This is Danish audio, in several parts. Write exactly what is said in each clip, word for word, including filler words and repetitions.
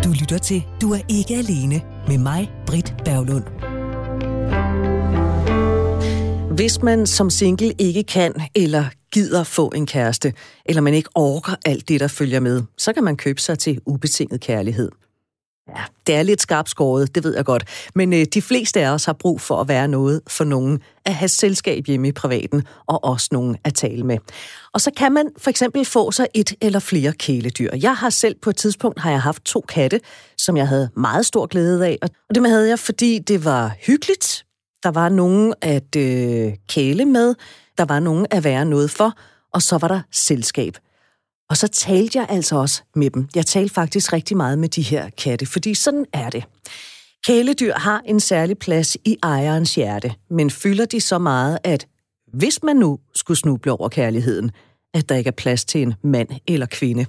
Du lytter til Du er ikke alene med mig, Britt Berglund. Hvis man som single ikke kan eller gider få en kæreste, eller man ikke orker alt det, der følger med, så kan man købe sig til ubetinget kærlighed. Ja, det er lidt skarpt skåret, det ved jeg godt. Men øh, de fleste af os har brug for at være noget for nogen, at have selskab hjemme i privaten, og også nogen at tale med. Og så kan man for eksempel få sig et eller flere kæledyr. Jeg har selv på et tidspunkt har jeg haft to katte, som jeg havde meget stor glæde af. Og det havde jeg, fordi det var hyggeligt. Der var nogen at øh, kæle med, der var nogen at være noget for, og så var der selskab. Og så talte jeg altså også med dem. Jeg talte faktisk rigtig meget med de her katte, fordi sådan er det. Kæledyr har en særlig plads i ejerens hjerte, men fylder de så meget, at hvis man nu skulle snuble over kærligheden, at der ikke er plads til en mand eller kvinde.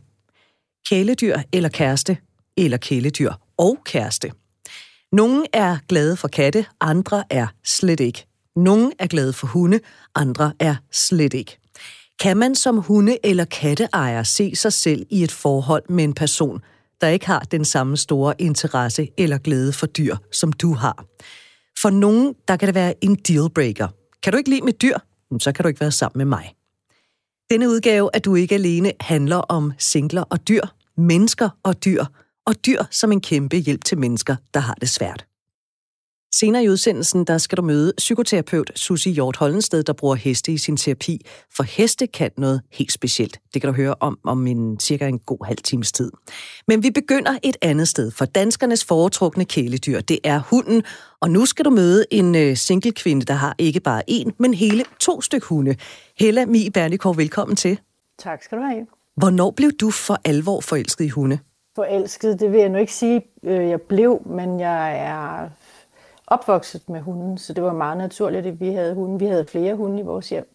Kæledyr eller kæreste, eller kæledyr og kæreste. Nogle er glade for katte, andre er slet ikke. Nogle er glade for hunde, andre er slet ikke. Kan man som hunde- eller katteejer se sig selv i et forhold med en person, der ikke har den samme store interesse eller glæde for dyr, som du har? For nogen, der kan det være en dealbreaker. Kan du ikke lide med dyr? Så kan du ikke være sammen med mig. Denne udgave af Du er ikke alene handler om singler og dyr, mennesker og dyr, og dyr som en kæmpe hjælp til mennesker, der har det svært. Senere i udsendelsen, der skal du møde psykoterapeut Susie Hjort Hollensted, der bruger heste i sin terapi, for heste kan noget helt specielt. Det kan du høre om om en cirka en god halv times tid. Men vi begynder et andet sted, for danskernes foretrukne kæledyr, det er hunden. Og nu skal du møde en single kvinde, der har ikke bare én, men hele to styk hunde. Hella Mie Berlikov, velkommen til. Tak skal du have. Hvornår blev du for alvor forelsket i hunde? Forelsket, det vil jeg nu ikke sige, jeg blev, men jeg er opvokset med hunden, så det var meget naturligt, at vi havde hunde. Vi havde flere hunde i vores hjem.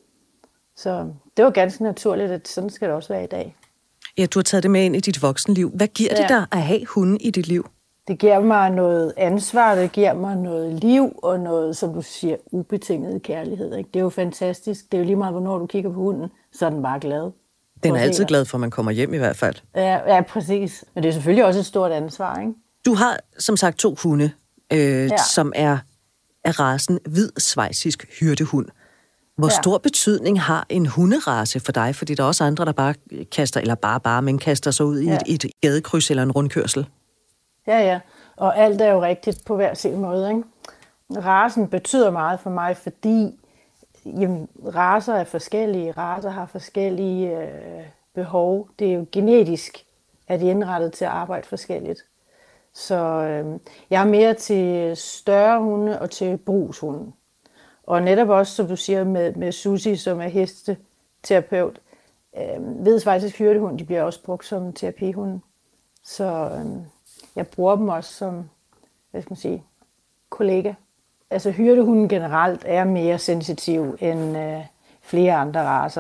Så det var ganske naturligt, at sådan skal det også være i dag. Ja, du har taget det med ind i dit voksenliv. Hvad giver ja. det dig at have hunde i dit liv? Det giver mig noget ansvar, det giver mig noget liv, og noget, som du siger, ubetinget kærlighed. Ikke? Det er jo fantastisk. Det er jo lige meget, hvornår du kigger på hunden, så er den bare glad. Den er altid glad for, at man kommer hjem i hvert fald. Ja, ja, præcis. Men det er selvfølgelig også et stort ansvar, ikke? Du har som sagt to hunde, øh, ja. som er af racen hvid schweizisk hyrdehund. Hvor ja. stor betydning har en hunderace for dig? Fordi der er også andre, der bare kaster, eller bare bare, men kaster sig ud ja. i et, et gadekryds eller en rundkørsel. Ja, ja. Og alt er jo rigtigt på hver sin måde, ikke? Racen betyder meget for mig, fordi jamen, racer er forskellige. Racer har forskellige øh, behov. Det er jo genetisk, at de er indrettet til at arbejde forskelligt. Så øh, jeg er mere til større hunde og til brugshunde. Og netop også, som du siger, med, med Susie, som er hesteterapeut, øh, ved faktisk hyrdehund, de bliver også brugt som terapihunde. Så øh, jeg bruger dem også som, hvad skal man sige, kollega. Altså hyrdehunden generelt er mere sensitiv end øh, flere andre racer.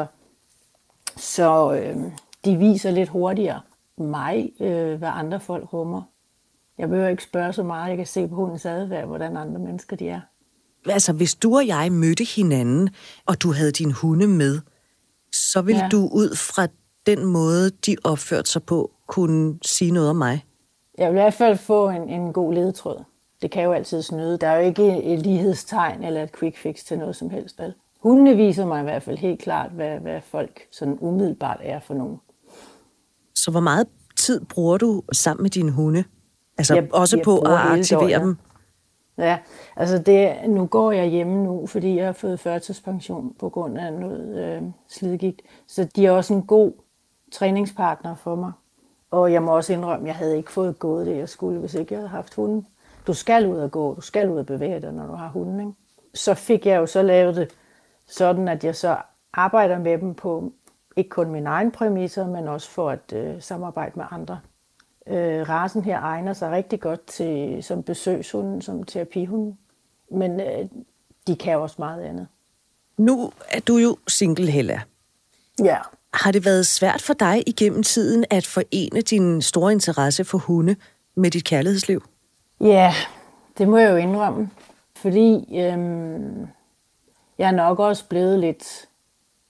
Så øh, de viser lidt hurtigere mig, øh, hvad andre folk rummer. Jeg behøver ikke spørge så meget. Jeg kan se på hundens adfærd, hvordan andre mennesker de er. Altså, hvis du og jeg mødte hinanden, og du havde din hunde med, så ville ja. du ud fra den måde, de opførte sig på, kunne sige noget om mig? Jeg vil i hvert fald få en, en god ledetråd. Det kan jo altid snyde. Der er jo ikke et lighedstegn eller et quick fix til noget som helst. Vel? Hundene viser mig i hvert fald helt klart, hvad, hvad folk sådan umiddelbart er for nogen. Så hvor meget tid bruger du sammen med dine hunde? Altså jeg, også jeg på at aktivere år, ja. dem? Ja, altså det, nu går jeg hjemme nu, fordi jeg har fået førtidspension på grund af noget øh, slidgigt. Så de er også en god træningspartner for mig. Og jeg må også indrømme, at jeg havde ikke fået gået det, jeg skulle, hvis ikke jeg havde haft hunden. Du skal ud og gå, du skal ud og bevæge dig, når du har hunden. Ikke? Så fik jeg jo så lavet det sådan, at jeg så arbejder med dem på ikke kun mine egne præmisser, men også for at øh, samarbejde med andre. Øh, racen her egner sig rigtig godt til, som besøgshunden, som terapihunden. Men øh, de kan også meget andet. Nu er du jo single, Hella. Ja. Har det været svært for dig igennem tiden at forene din store interesse for hunde med dit kærlighedsliv? Ja, det må jeg jo indrømme. Fordi øhm, jeg er nok også blevet lidt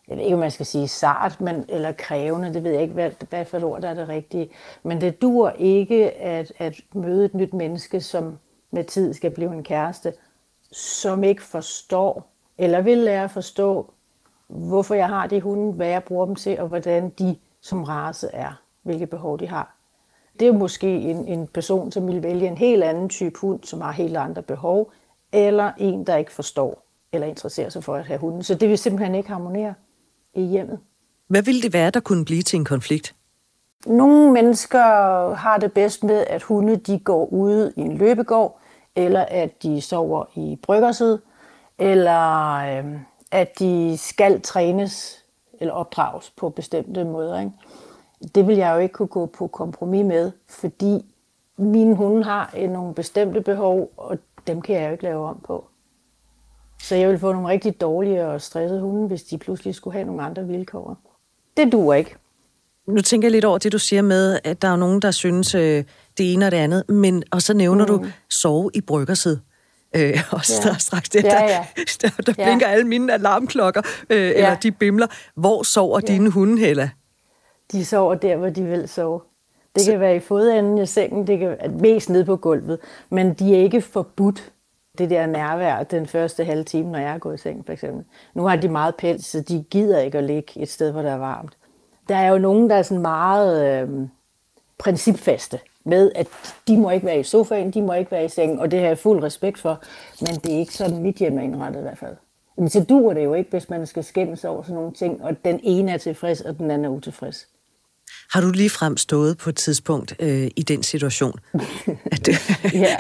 jeg ved ikke, om man skal sige sart, men, eller krævende, det ved jeg ikke, hvad, hvad for et ord, der er det rigtige. Men det dur ikke at, at møde et nyt menneske, som med tid skal blive en kæreste, som ikke forstår, eller vil lære at forstå, hvorfor jeg har de hunde, hvad jeg bruger dem til, og hvordan de som race er, hvilke behov de har. Det er måske en, en person, som vil vælge en helt anden type hund, som har helt andre behov, eller en, der ikke forstår eller interesserer sig for at have hunden. Så det vil simpelthen ikke harmonere i hjemmet. Hvad ville det være, der kunne blive til en konflikt? Nogle mennesker har det bedst med, at hunde de går ude i en løbegård, eller at de sover i bryggersæde, eller øh, at de skal trænes eller opdrages på bestemte måder. Ikke? Det vil jeg jo ikke kunne gå på kompromis med, fordi mine hunde har nogle bestemte behov, og dem kan jeg jo ikke lave om på. Så jeg vil få nogle rigtig dårlige og stressede hunde, hvis de pludselig skulle have nogle andre vilkår. Det duer ikke. Nu tænker jeg lidt over det, du siger med, at der er nogen, der synes øh, det ene og det andet, men og så nævner mm. du sove i bryggersæde. Øh, og ja. der, straks det, ja, ja. ja. der, der, der blinker ja. alle mine alarmklokker, øh, ja. eller de bimler. Hvor sover ja. dine hunde, Hella? De sover der, hvor de vil sove. Det så. Kan være i fodenden af sengen, det kan være mest nede på gulvet, men de er ikke forbudt. Det der nærvær den første halve time, når jeg er gået i seng, for eksempel. Nu har de meget pels, så de gider ikke at ligge et sted, hvor der er varmt. Der er jo nogen, der er sådan meget øh, principfaste med, at de må ikke være i sofaen, de må ikke være i sengen, og det har jeg fuld respekt for, men det er ikke sådan mit hjem er indrettet i hvert fald. Men så duer det jo ikke, hvis man skal skændes over sådan nogle ting, og den ene er tilfreds, og den anden er utilfreds. Har du ligefrem stået på et tidspunkt øh, i den situation? At, ja.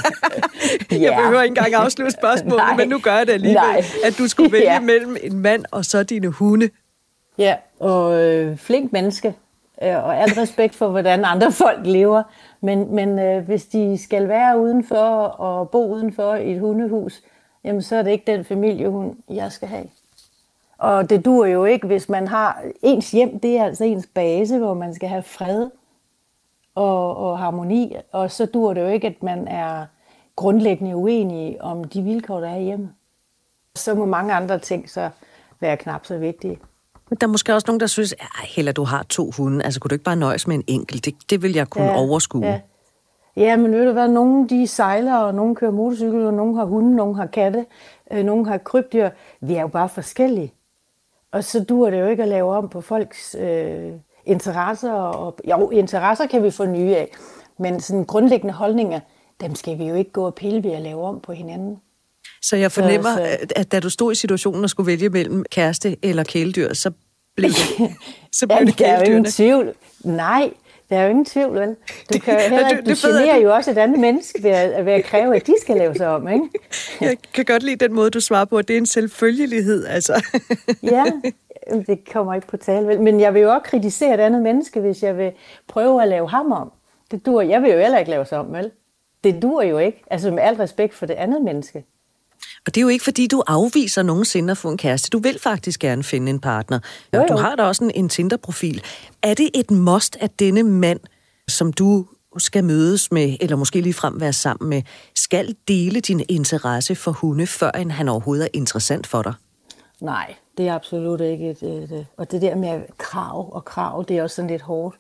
Jeg behøver ikke engang afslutte spørgsmålet, men nu gør jeg det alligevel. Nej. At du skulle vælge ja. mellem en mand og så dine hunde. Ja, og øh, flink menneske, øh, og alt respekt for, hvordan andre folk lever. Men, men øh, hvis de skal være udenfor og bo udenfor i et hundehus, jamen så er det ikke den familiehund, jeg skal have. Og det duer jo ikke, hvis man har ens hjem, det er altså ens base, hvor man skal have fred og, og harmoni. Og så duer det jo ikke, at man er grundlæggende uenig om de vilkår, der er hjemme. Så må mange andre ting så være knap så vigtige. Men der er måske også nogen, der synes, at Hella, du har to hunde, altså kunne du ikke bare nøjes med en enkelt? Det, det vil jeg kunne ja, overskue. Ja. ja, men ved du hvad, nogen de sejler, og nogen kører motorcykel, og nogen har hunde, nogen har katte, øh, nogen har krybdyr. Vi er jo bare forskellige. Og så duer det jo ikke at lave om på folks øh, interesser. Og, jo, interesser kan vi få nye af, men sådan grundlæggende holdninger, dem skal vi jo ikke gå og pille ved at lave om på hinanden. Så jeg fornemmer, så, så... at da du stod i situationen og skulle vælge mellem kæreste eller kæledyr, så blev det, så blev ja, det kæledyrene. Der er jo ingen tvivl. Nej, der er jo ingen tvivl, vel? Du, kan det, heller, du, du generer du... jo også et andet menneske ved at, ved at kræve, at de skal lave sig om, ikke? Jeg kan godt lide den måde, du svarer på, at det er en selvfølgelighed, altså. Ja, det kommer ikke på tale, vel? Men jeg vil jo også kritisere et andet menneske, hvis jeg vil prøve at lave ham om. Det dur. Jeg vil jo heller ikke lave sig om, vel? Det dur jo ikke, altså med al respekt for det andet menneske. Og det er jo ikke, fordi du afviser nogensinde at få en kæreste. Du vil faktisk gerne finde en partner. Jo, jo. Du har da også en, en Tinder-profil. Er det et must, at denne mand, som du skal mødes med, eller måske ligefrem være sammen med, skal dele din interesse for hunde, før han overhovedet er interessant for dig? Nej, det er absolut ikke et, et, et... Og det der med krav og krav, det er også sådan lidt hårdt.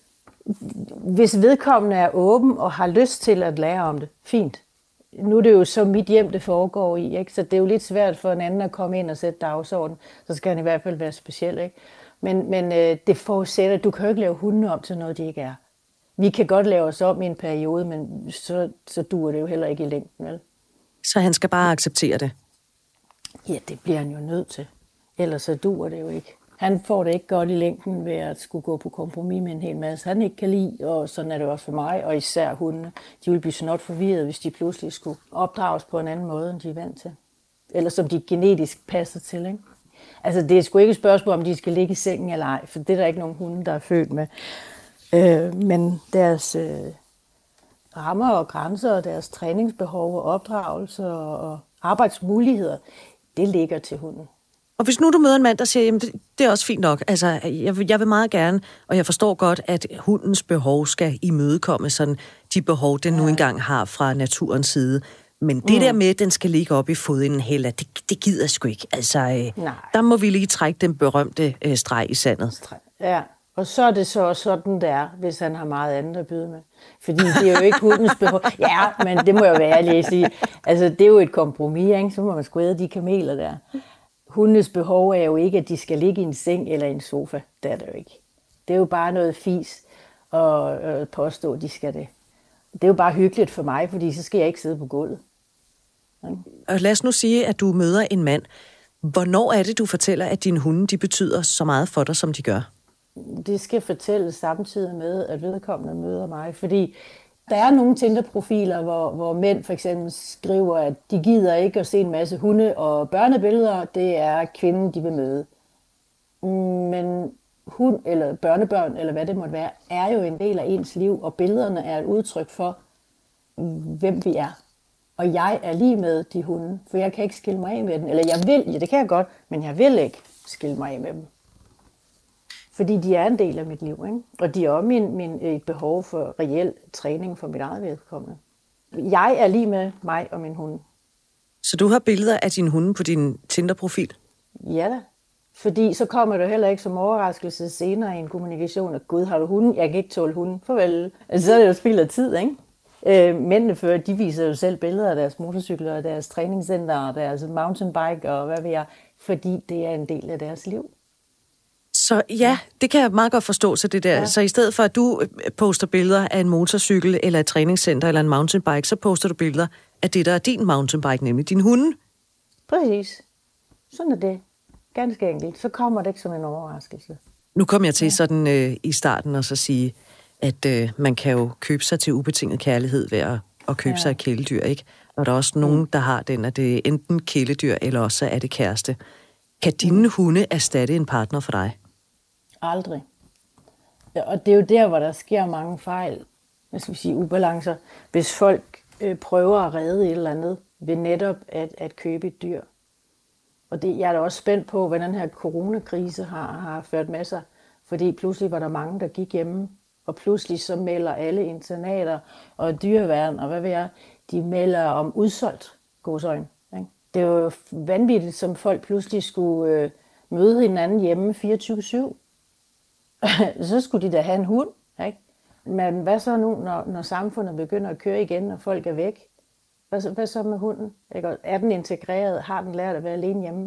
Hvis vedkommende er åben og har lyst til at lære om det, fint. Nu er det jo så mit hjem, det foregår i, ikke? Så det er jo lidt svært for en anden at komme ind og sætte dagsorden. Så skal han i hvert fald være speciel, ikke? Men, men øh, det forudsætter, at du kan jo ikke lave hunde om til noget, de ikke er. Vi kan godt lave os om i en periode, men så, så duer det jo heller ikke i længden, vel? Så han skal bare acceptere det? Ja, det bliver han jo nødt til. Ellers så duer det jo ikke. Han får det ikke godt i længden ved at skulle gå på kompromis med en hel masse, han ikke kan lide, og sådan er det også for mig, og især hundene. De vil blive snot forvirret, hvis de pludselig skulle opdrages på en anden måde, end de er vant til. Eller som de genetisk passer til, ikke? Altså, det er sgu ikke et spørgsmål, om de skal ligge i sengen eller ej, for det er der ikke nogen hunde, der er født med. Øh, men deres øh, rammer og grænser, og deres træningsbehov og opdragelse og arbejdsmuligheder, det ligger til hunden. Og hvis nu du møder en mand, der siger, jamen det, det er også fint nok, altså jeg, jeg vil meget gerne, og jeg forstår godt, at hundens behov skal imødekomme sådan de behov, den nu engang har fra naturens side. Men det mm. der med, at den skal ligge op i fodenden heller, det, det gider sgu ikke. Altså, øh, der må vi lige trække den berømte øh, streg i sandet. Ja, og så er det så sådan, det er, hvis han har meget andet at byde med. Fordi det er jo ikke hundens behov. Ja, men det må jeg jo være ærlig at sige. Altså, det er jo et kompromis, ikke? Så må man sgu æde de kameler der. Hundes behov er jo ikke, at de skal ligge i en seng eller i en sofa. Det er det jo ikke. Det er jo bare noget fis at påstå, at de skal det. Det er jo bare hyggeligt for mig, fordi så skal jeg ikke sidde på gulvet. Og lad os nu sige, at du møder en mand. Hvornår er det, du fortæller, at dine hunde de betyder så meget for dig, som de gør? Det skal fortælles samtidig med, at vedkommende møder mig. Fordi der er nogle Tinder-profiler, hvor, hvor mænd for eksempel skriver, at de gider ikke at se en masse hunde- og børnebilleder. Det er kvinden, de vil møde. Men hund eller børnebørn, eller hvad det måtte være, er jo en del af ens liv, og billederne er et udtryk for, hvem vi er. Og jeg er lige med de hunde, for jeg kan ikke skille mig af med dem. Eller jeg vil, ja det kan jeg godt, men jeg vil ikke skille mig af med dem. Fordi de er en del af mit liv, ikke? Og de er også min, min, et behov for reel træning for mit eget vedkommende. Jeg er lige med mig og min hunde. Så du har billeder af din hunde på din Tinder-profil? Ja da. Fordi så kommer det heller ikke som overraskelse senere i en kommunikation, at gud, har du hunden? Jeg kan ikke tåle hunden. Farvel. Altså, så er det jo spild af tid, ikke? Øh, mændene før, de viser jo selv billeder af deres motorcykler, og deres træningscenter, og deres mountainbike, og hvad ved jeg, fordi det er en del af deres liv. Så ja, det kan jeg meget godt forstå, så det der. Ja. Så i stedet for, at du poster billeder af en motorcykel, eller et træningscenter, eller en mountainbike, så poster du billeder af det, der er din mountainbike, nemlig din hunde. Præcis. Sådan er det. Ganske enkelt. Så kommer det ikke som en overraskelse. Nu kom jeg til ja. sådan øh, i starten og så sige, at øh, man kan jo købe sig til ubetinget kærlighed ved at, at købe ja. sig et kæledyr, ikke? Og der er også nogen, der har den, at det er enten kæledyr, eller også er det kæreste. Kan dine hunde erstatte en partner for dig? Aldrig. Og det er jo der, hvor der sker mange fejl, hvad skal vi sige, ubalancer. Hvis folk øh, prøver at redde et eller andet ved netop at, at købe et dyr. Og det, jeg er da også spændt på, hvad den her coronakrise har, har ført med sig. Fordi pludselig var der mange, der gik hjemme. Og pludselig så melder alle internater og dyreværn, og hvad ved jeg, de melder om udsolgt godsøjne. Det er jo vanvittigt, som folk pludselig skulle øh, møde hinanden hjemme fireogtyve syv. Så skulle de da have en hund, ikke? Men hvad så nu, når, når samfundet begynder at køre igen, og folk er væk? Hvad så, hvad så med hunden? Ikke? Er den integreret? Har den lært at være alene hjemme?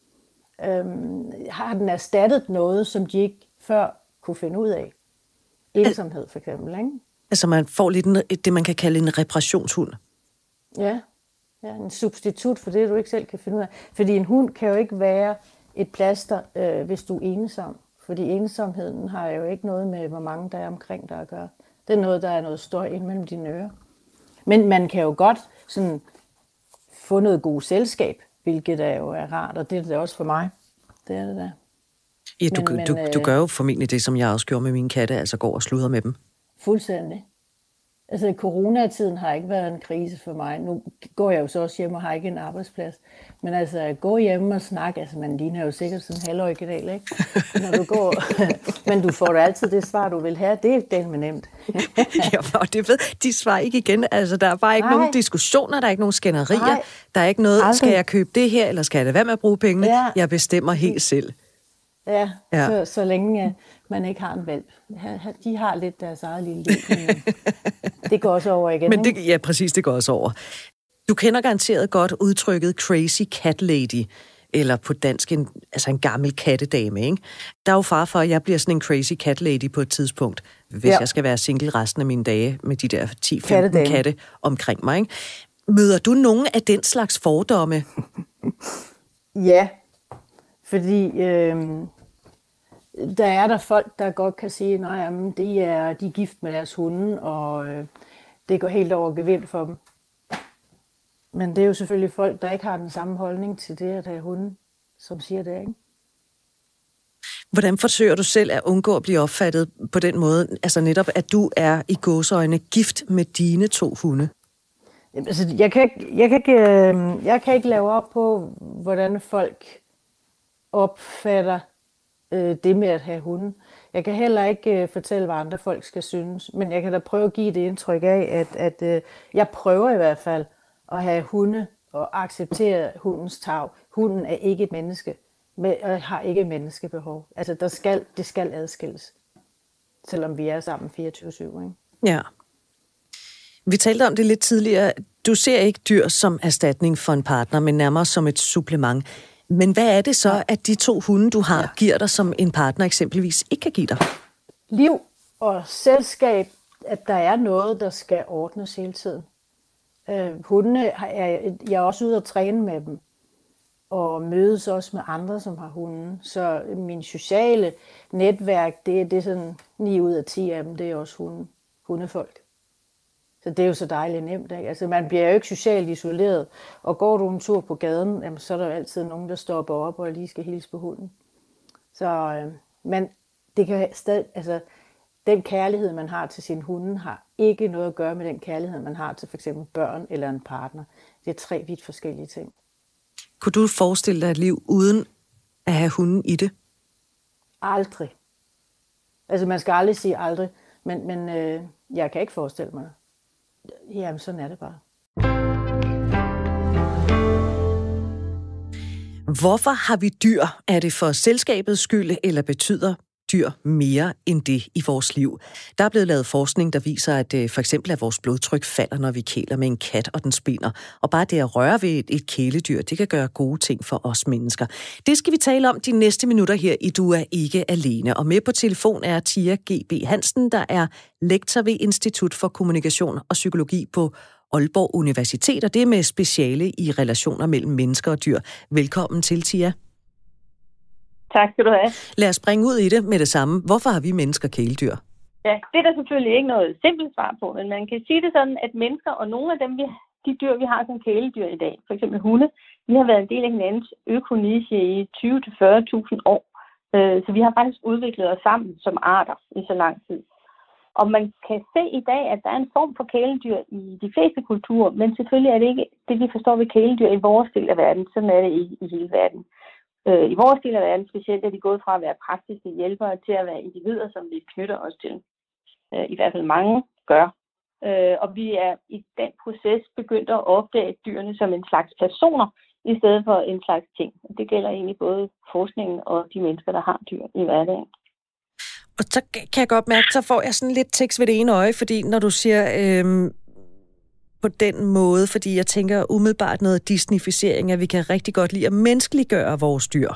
Øhm, har den erstattet noget, som de ikke før kunne finde ud af? Ensomhed for eksempel, ikke? Altså man får lidt en, det, man kan kalde en reparationshund. Ja. Ja, en substitut for det, du ikke selv kan finde ud af. Fordi en hund kan jo ikke være et plaster, øh, hvis du er ensom. Fordi ensomheden har jo ikke noget med, hvor mange der er omkring dig at gøre. Det er noget, der er noget støj ind mellem dine ører. Men man kan jo godt sådan, få noget god selskab, hvilket er jo er rart, og det er det også for mig. Det er det der. Ja, du, men, du, men, du gør jo formentlig det, som jeg også gjorde med mine katte, altså går og sludrer med dem. Fuldstændig. Altså, coronatiden har ikke været en krise for mig. Nu går jeg jo så også hjem og har ikke en arbejdsplads. Men altså, at gå hjem og snakke, altså, man ligner jo sikkert sådan en halvoriginal, ikke? Når du går, men du får da altid det svar, du vil have. Det er det med nemt. Ja, og det ved, de svarer ikke igen. Altså, der er bare ikke Nej. nogen diskussioner, der er ikke nogen skænderier. Nej. Der er ikke noget, Aldrig. skal jeg købe det her, eller skal jeg da være med at bruge pengene? Ja. Jeg bestemmer helt selv. Ja, ja. Så, så længe man ikke har en valp. De har lidt deres eget lille liv. Det går også over igen. Men det, ja, præcis, det går også over. Du kender garanteret godt udtrykket crazy cat lady, eller på dansk en, altså en gammel kattedame, ikke? Der er jo far for, at jeg bliver sådan en crazy cat lady på et tidspunkt, hvis ja. jeg skal være single resten af mine dage med de der ti femten katte omkring mig, ikke? Møder du nogen af den slags fordomme? Ja, fordi øh, der er der folk, der godt kan sige, nej, de er, de er gift med deres hunde, og øh, det går helt over gevind for dem. Men det er jo selvfølgelig folk, der ikke har den samme holdning til det at have hunde, som siger det, ikke? Hvordan forsøger du selv at undgå at blive opfattet på den måde, altså netop, at du er i gåseøjne gift med dine to hunde? Altså, jeg kan ikke, jeg kan ikke, øh, jeg kan ikke lave op på, hvordan folk opfatter øh, det med at have hunde. Jeg kan heller ikke øh, fortælle, hvad andre folk skal synes, men jeg kan da prøve at give det indtryk af, at, at øh, jeg prøver i hvert fald at have hunde og acceptere hundens tarv. Hunden er ikke et menneske, og har ikke menneskebehov. Altså, der skal, det skal adskilles, selvom vi er sammen fireogtyve syv, ikke? Ja. Vi talte om det lidt tidligere. Du ser ikke dyr som erstatning for en partner, men nærmere som et supplement. Men hvad er det så, at de to hunde, du har, ja. giver dig, som en partner eksempelvis ikke kan give dig? Liv og selskab, at der er noget, der skal ordnes hele tiden. Øh, hundene, er, jeg er også ude at træne med dem, og mødes også med andre, som har hunde. Så min sociale netværk, det, det er sådan ni ud af ti af dem, det er også hunde, hundefolk. Så det er jo så dejligt nemt, ikke? Altså, man bliver jo ikke socialt isoleret, og går du en tur på gaden, jamen, så er der jo altid nogen, der stopper op og lige skal hilse på hunden. Så, øh, men det kan stadig, altså, den kærlighed, man har til sin hunde, har ikke noget at gøre med den kærlighed, man har til for eksempel børn eller en partner. Det er tre vidt forskellige ting. Kunne du forestille dig et liv uden at have hunden i det? Aldrig. Altså, man skal aldrig sige aldrig, men, men øh, jeg kan ikke forestille mig det. Jamen, sådan er det bare. Hvorfor har vi dyr? Er det for selskabets skyld, eller betyder dyr mere end det i vores liv? Der er blevet lavet forskning, der viser, at for eksempel at vores blodtryk falder, når vi kæler med en kat, og den spinder. Og bare det at røre ved et, et kæledyr, det kan gøre gode ting for os mennesker. Det skal vi tale om de næste minutter her i Du er ikke alene. Og med på telefon er Tia G B Hansen, der er lektor ved Institut for Kommunikation og Psykologi på Aalborg Universitet, og det er med speciale i relationer mellem mennesker og dyr. Velkommen til, Tia. Tak skal du have. Lad os springe ud i det med det samme. Hvorfor har vi mennesker kæledyr? Ja, det er der selvfølgelig ikke noget simpelt svar på, men man kan sige det sådan, at mennesker og nogle af dem, vi, de dyr, vi har som kæledyr i dag, for eksempel hunde, vi har været en del af hinandens økoniche i tyve til fyrre tusind år. Så vi har faktisk udviklet os sammen som arter i så lang tid. Og man kan se i dag, at der er en form for kæledyr i de fleste kulturer, men selvfølgelig er det ikke det, vi forstår ved kæledyr i vores del af verden. Sådan er det i, i hele verden. I vores del af verden specielt er de gået fra at være praktiske hjælpere til at være individer, som vi knytter os til. I hvert fald mange gør. Og vi er i den proces begyndt at opdage dyrene som en slags personer, i stedet for en slags ting. Det gælder egentlig både forskningen og de mennesker, der har dyr i hverdagen. Og så kan jeg godt mærke, så får jeg sådan lidt tekst ved det ene øje, fordi når du siger øhm, på den måde, fordi jeg tænker umiddelbart noget disneyficering, at vi kan rigtig godt lide at menneskeliggøre vores dyr.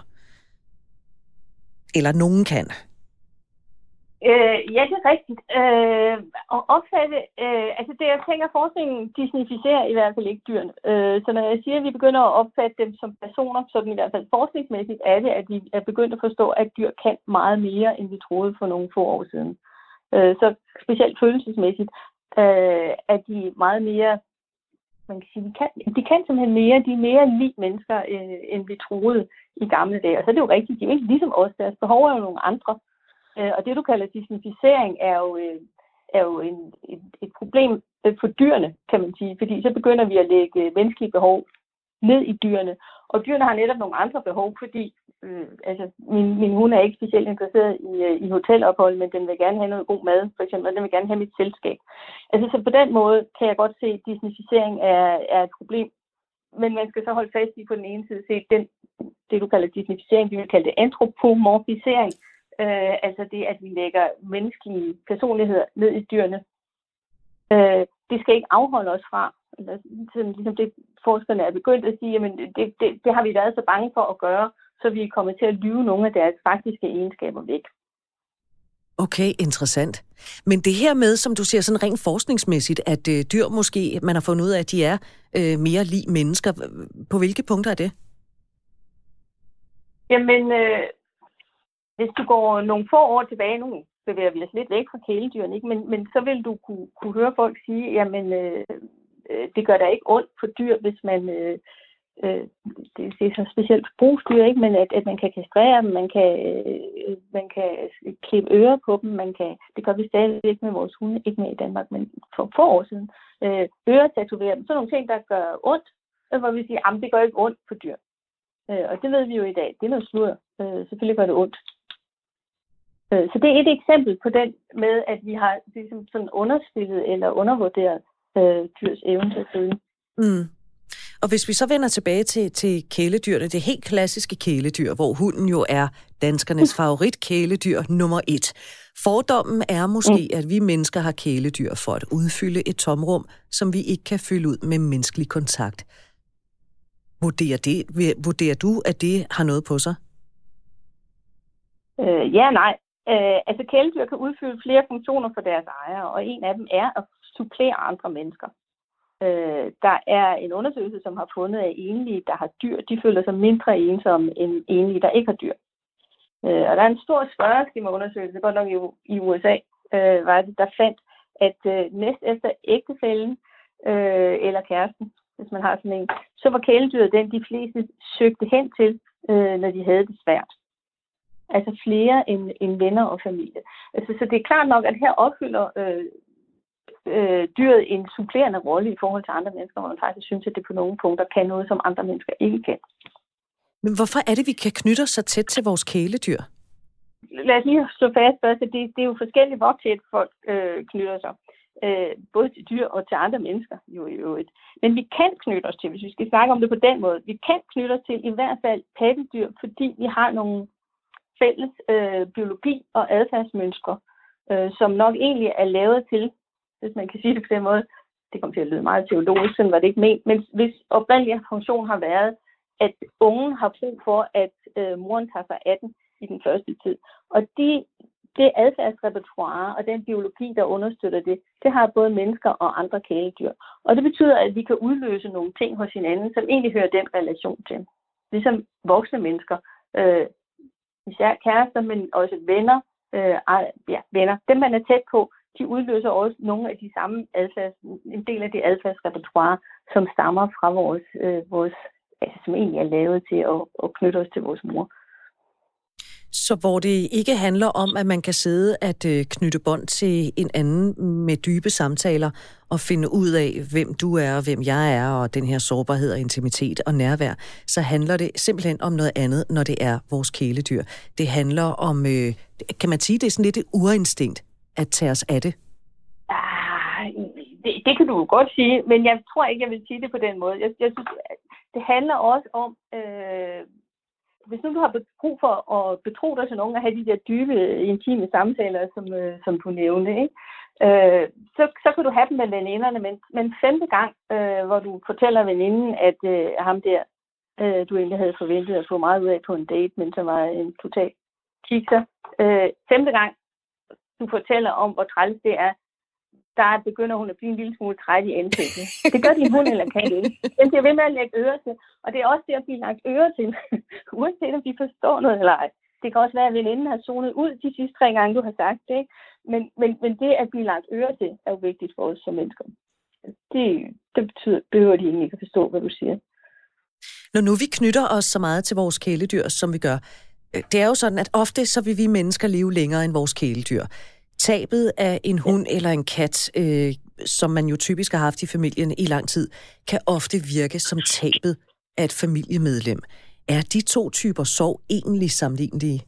Eller nogen kan. Øh, ja, det er rigtigt. Øh, og opfatte, øh, altså det jeg tænker, forskningen disneyficerer i hvert fald ikke dyrene. Øh, så når jeg siger, at vi begynder at opfatte dem som personer, så i hvert fald forskningsmæssigt er det, at vi er begyndt at forstå, at dyr kan meget mere, end vi troede for nogle få år siden. Øh, så specielt følelsesmæssigt øh, er de meget mere, man kan sige, de kan, de kan simpelthen mere, de er mere lig mennesker, øh, end vi troede i gamle dage. Og så er det jo rigtigt, de er jo ikke ligesom os, deres behov er jo nogle andre. Og det, du kalder disneyficering, er jo, er jo en, et, et problem for dyrene, kan man sige. Fordi så begynder vi at lægge menneskelige behov ned i dyrene. Og dyrene har netop nogle andre behov, fordi øh, altså, min, min hund er ikke specielt interesseret i, i hotelophold, men den vil gerne have noget god mad, for eksempel, og den vil gerne have mit selskab. Altså, så på den måde kan jeg godt se, at disneyficering er, er et problem. Men man skal så holde fast i på den ene side, se den, det, du kalder disneyficering, vi vil kalde det antropomorfisering. Øh, altså det, at vi lægger menneskelige personligheder ned i dyrene. Øh, det skal ikke afholde os fra, eller, ligesom det forskerne er begyndt at sige, jamen det, det, det har vi været så bange for at gøre, så vi er kommet til at lyve nogle af deres faktiske egenskaber væk. Okay, interessant. Men det her med, som du siger, sådan rent forskningsmæssigt, at øh, dyr måske, man har fundet ud af, at de er øh, mere lig mennesker. På hvilke punkter er det? Jamen... Øh, Hvis du går nogle få år tilbage, nu bevæger vi os lidt væk fra kæledyrene, ikke? Men, men så vil du kunne, kunne høre folk sige, jamen øh, det gør da ikke ondt på dyr, hvis man, øh, øh, det, det er så specielt brugsdyr, ikke? Men at, at man kan kastrere dem, man kan, øh, man kan klippe ører på dem, man kan, det gør vi stadigvæk med vores hunde, ikke med i Danmark, men for få år siden, øh, øretatovere dem, sådan nogle ting, der gør ondt, hvor vi siger, jamen det gør ikke ondt på dyr. Øh, og det ved vi jo i dag, det er noget sludder, øh, selvfølgelig gør det ondt. Så det er et eksempel på den med, at vi har ligesom sådan underspillet eller undervurderet øh, dyrs evne til at føle. Mm. Og hvis vi så vender tilbage til, til kæledyrene, det helt klassiske kæledyr, hvor hunden jo er danskernes favorit kæledyr nummer et. Fordommen er måske, mm. at vi mennesker har kæledyr for at udfylde et tomrum, som vi ikke kan fylde ud med menneskelig kontakt. Vurderer, det, vurderer du, at det har noget på sig? Øh, ja, nej. Øh, altså kæledyr kan udfylde flere funktioner for deres ejere, og en af dem er at supplere andre mennesker. Øh, der er en undersøgelse, som har fundet, at enlige, der har dyr, de føler sig mindre ensomme end enlige, der ikke har dyr. Øh, og der er en stor spørgeskemaundersøgelse, godt nok i, i U S A, øh, var det, der fandt, at øh, næst efter ægtefællen øh, eller kæresten, hvis man har sådan en, så var kæledyret den, de fleste søgte hen til, øh, når de havde det svært. Altså flere end, end venner og familie. Altså, så det er klart nok, at her opfylder øh, øh, dyret en supplerende rolle i forhold til andre mennesker, hvor man faktisk synes, at det på nogle punkter kan noget, som andre mennesker ikke kan. Men hvorfor er det, vi kan knytte os så tæt til vores kæledyr? Lad os lige slå fast først, at det, det er jo forskellige, hvor tæt folk øh, knytter sig. Øh, både til dyr og til andre mennesker jo i øvrigt. Men vi kan knytte os til, hvis vi skal snakke om det på den måde, vi kan knytte os til i hvert fald pattedyr, fordi vi har nogle fælles øh, biologi og adfærdsmønstre, øh, som nok egentlig er lavet til, hvis man kan sige det på den måde, det kommer til at lyde meget teologisk, sådan var det ikke ment, men hvis oprindelig funktion har været, at ungen har brug for, at øh, moren tager sig af den i den første tid. Og de, det adfærdsrepertoire og den biologi, der understøtter det, det har både mennesker og andre kæledyr. Og det betyder, at vi kan udløse nogle ting hos hinanden, som egentlig hører den relation til. Ligesom voksne mennesker, øh, især kærester, men også venner, øh, ja, venner. Dem, man er tæt på, de udløser også nogle af de samme adfærds, en del af det adfærdsrepertoire, som stammer fra vores, øh, vores altså, som egentlig er lavet til at, at knytte os til vores mor. Så hvor det ikke handler om, at man kan sidde at øh, knytte bånd til en anden med dybe samtaler og finde ud af, hvem du er og hvem jeg er, og den her sårbarhed og intimitet og nærvær, så handler det simpelthen om noget andet, når det er vores kæledyr. Det handler om, øh, kan man sige, det er sådan lidt et urinstinkt at tage os af det? Ah, det, det kan du jo godt sige, men jeg tror ikke, jeg vil sige det på den måde. Jeg, jeg synes, det handler også om, øh, hvis nu du har brug for at betro dig til nogen og have de der dybe, intime samtaler, som, øh, som du nævnte, ikke? Øh, så, så kan du have dem med veninderne, men, men femte gang, øh, hvor du fortæller veninden, at øh, ham der, øh, du egentlig havde forventet at få meget ud af på en date, men som var en total kikser. Øh, femte gang, du fortæller om, hvor træls det er, der begynder hun at blive en lille smule træt i ansigtet. Det gør din hund eller kat ikke. Den bliver ved med at lægge ører til. Og det er også det at blive lagt ører til, uanset om de forstår noget eller ej. Det kan også være, at veninden har zonet ud de sidste tre gange, du har sagt det. Ikke? Men, men, men det at blive lagt ører til, er jo vigtigt for os som mennesker. Det, det betyder, behøver de egentlig ikke at forstå, hvad du siger. Når nu vi knytter os så meget til vores kæledyr, som vi gør, det er jo sådan, at ofte så vil vi mennesker leve længere end vores kæledyr. Tabet af en hund ja. eller en kat, øh, som man jo typisk har haft i familien i lang tid, kan ofte virke som tabet af et familiemedlem. Er de to typer sorg egentlig sammenlignelige?